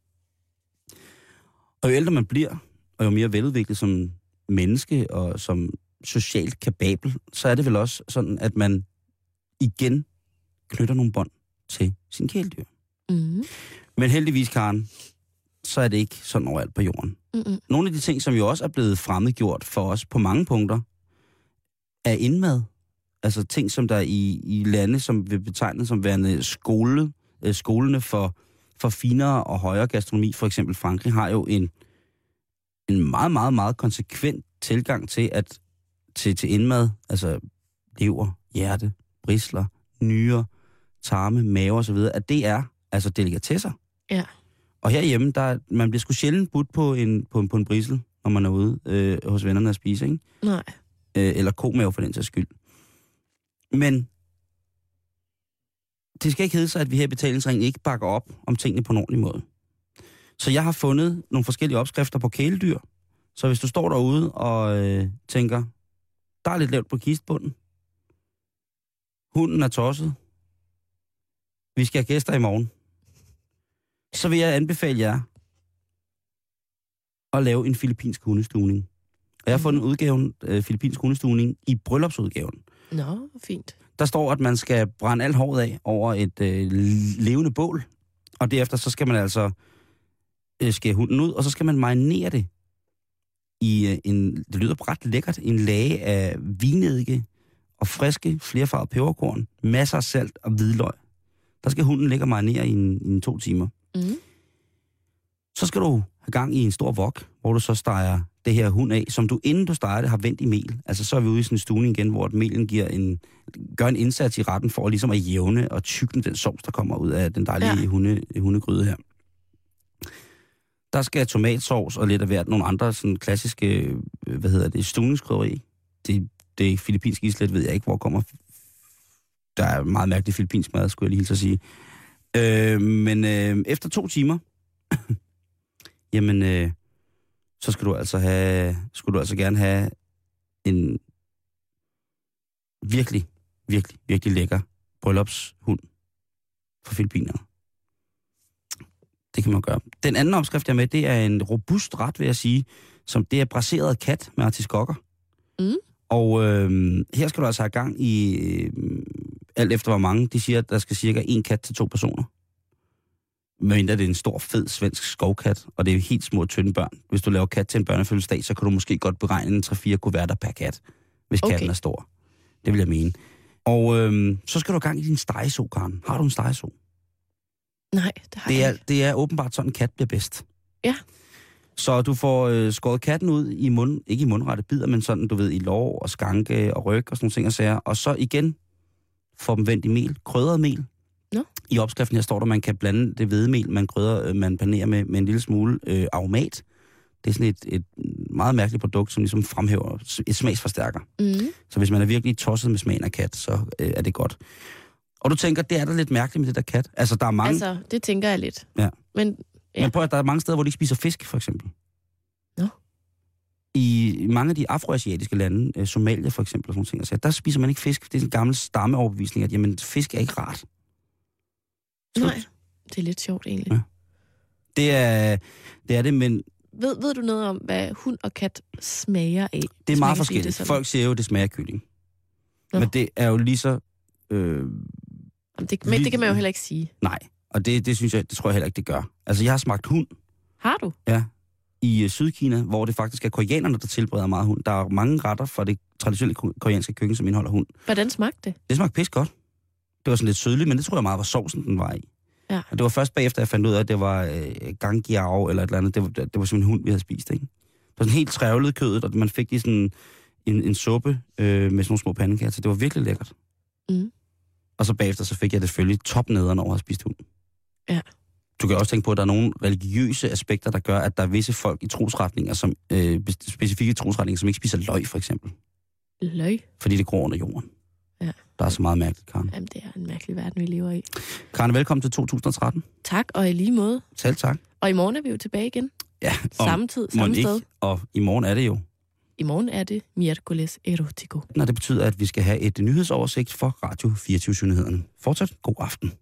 Speaker 4: Og jo ældre man bliver, og jo mere veludviklet som menneske og som socialt kapabel, så er det vel også sådan, at man igen knytter nogle bånd til sin kæledyr.
Speaker 2: Mm.
Speaker 4: Men heldigvis, Karen, så er det ikke sådan overalt på jorden.
Speaker 2: Mm-mm.
Speaker 4: Nogle af de ting, som jo også er blevet fremmedgjort for os på mange punkter, er indmad. Altså ting, som der i lande, som vil betegnes som værende skolene for finere og højere gastronomi, for eksempel Frankrig, har jo en meget, meget, meget konsekvent tilgang til indmad. Altså lever, hjerte, brisler, nyrer, tarme, mave og så videre, at det er altså delikatesser.
Speaker 2: Ja.
Speaker 4: Og herhjemme, man bliver sgu sjældent budt på en brisel, når man er ude hos vennerne at spise, ikke?
Speaker 2: Nej.
Speaker 4: Eller komave for den sags skyld. Men det skal ikke hedde sig, at vi her i betalingsringen ikke bakker op om tingene på en ordentlig måde. Så jeg har fundet nogle forskellige opskrifter på kæledyr. Så hvis du står derude og tænker, der er lidt lavt på kistbunden, hunden er tosset, vi skal have gæster i morgen, så vil jeg anbefale jer at lave en filippinsk hundestuning. Og jeg har fundet udgaven, filippinsk hundestuning, i bryllupsudgaven.
Speaker 2: Nå, fint.
Speaker 4: Der står, at man skal brænde alt håret af over et levende bål, og derefter så skal man altså skære hunden ud, og så skal man marinere det i det lyder ret lækkert, en lage af vinedike og friske, flerfarvede peberkorn, masser af salt og hvidløg. Der skal hunden ligge og marinere i 2 timer.
Speaker 2: Mm.
Speaker 4: Så skal du have gang i en stor wok, hvor du så steger det her hund af, som du inden du steger det har vendt i mel. Altså så er vi ude i sådan en stuning igen, hvor melen gør en indsats i retten for ligesom at jævne og tykne den sovs, der kommer ud af den dejlige hundegryde her. Der skal tomatsovs og lidt af hvert nogle andre sådan klassiske, stuningskrydderi. Det filippinske islet ved jeg ikke, hvor kommer. Der er meget mærkeligt filippinsk mad, skulle jeg lige hilse at sige. Men efter 2 timer, jamen, så skulle du altså gerne have en virkelig, virkelig, virkelig lækker bryllupshund for filippinerne. Det kan man gøre. Den anden opskrift, jeg er med, det er en robust ret, vil jeg sige, som det er braseret kat med artiskokker. Mm. Og her skal du altså have gang i, alt efter hvor mange, de siger, at der skal cirka 1 kat til 2 personer. Men det er en stor, fed svensk skovkat, og det er helt små, tynde børn. Hvis du laver kat til en børnefødselsdag, så kan du måske godt beregne en 3-4 kuverter per kat, hvis katten er stor. Det vil jeg mene. Og så skal du have gang i din stegeso, Karen. Har du en stegeso?
Speaker 2: Nej, det har jeg ikke.
Speaker 4: Det er åbenbart sådan, en kat bliver bedst.
Speaker 2: Ja.
Speaker 4: Så du får skåret katten ud i ikke i mundrette bidder, men sådan, du ved, i lår og skanke og ryg og sådan nogle ting og sager. Og så igen får dem vendt i mel, krydret mel.
Speaker 2: No.
Speaker 4: I opskriften her står der, man kan blande det hvedemel, man panerer med en lille smule aromat. Det er sådan et meget mærkeligt produkt, som ligesom fremhæver et smagsforstærker. Mm. Så hvis man er virkelig tosset med smagen af kat, så er det godt. Og du tænker, det er da lidt mærkeligt med det der kat. Altså, der er mange...
Speaker 2: Altså, det tænker jeg lidt.
Speaker 4: Ja.
Speaker 2: Men
Speaker 4: prøv at der er mange steder, hvor de ikke spiser fisk, for eksempel.
Speaker 2: Nå.
Speaker 4: I mange af de afroasiatiske lande, Somalia for eksempel, og sådan ting, altså, der spiser man ikke fisk. Det er en gammel stammeoverbevisning, at jamen, fisk er ikke rart. Slut.
Speaker 2: Nej, det er lidt sjovt egentlig.
Speaker 4: Ja. Det er det, men...
Speaker 2: Ved du noget om, hvad hund og kat smager af?
Speaker 4: Det er meget forskelligt. Folk siger jo, at det smager kylling. Nå. Men det er jo lige så...
Speaker 2: Men det kan man jo heller ikke sige.
Speaker 4: Nej, og det synes jeg, det tror jeg heller ikke, det gør. Altså, jeg har smagt hund.
Speaker 2: Har du?
Speaker 4: Ja. I Sydkina, hvor det faktisk er koreanerne, der tilbereder meget hund. Der er mange retter fra det traditionelle koreanske køkken, som indeholder hund.
Speaker 2: Hvordan smagte det?
Speaker 4: Det smagte pis godt. Det var sådan lidt sødligt, men det tror jeg meget var sovsen, den var i.
Speaker 2: Ja.
Speaker 4: Og det var først bagefter, jeg fandt ud af, at det var gangjiao eller et eller andet. Det var simpelthen hund, vi havde spist, ikke? Det var sådan helt trævlet kødet, og man fik i sådan en suppe med sådan nogle små pandekager. Så det var virkelig lækkert. Mm. Og så bagefter, så fik jeg det selvfølgelig topnederen over at have spist hund.
Speaker 2: Ja.
Speaker 4: Du kan også tænke på, at der er nogle religiøse aspekter, der gør, at der er visse folk i trosretninger, som specifikke trosretninger, som ikke spiser løg, for eksempel.
Speaker 2: Løg?
Speaker 4: Fordi det gror under jorden.
Speaker 2: Ja.
Speaker 4: Der er så meget mærkeligt, Karen.
Speaker 2: Jamen, det er en mærkelig verden, vi lever i.
Speaker 4: Karen, velkommen til 2013.
Speaker 2: Tak, og i lige måde.
Speaker 4: Selv tak.
Speaker 2: Og i morgen er vi jo tilbage igen.
Speaker 4: Ja.
Speaker 2: Samme tid, samme sted.
Speaker 4: Og i morgen er det jo.
Speaker 2: I morgen er det Miércoles Erótico.
Speaker 4: Når det betyder, at vi skal have et nyhedsoversigt for Radio 24-nyhederne. Fortsat god aften.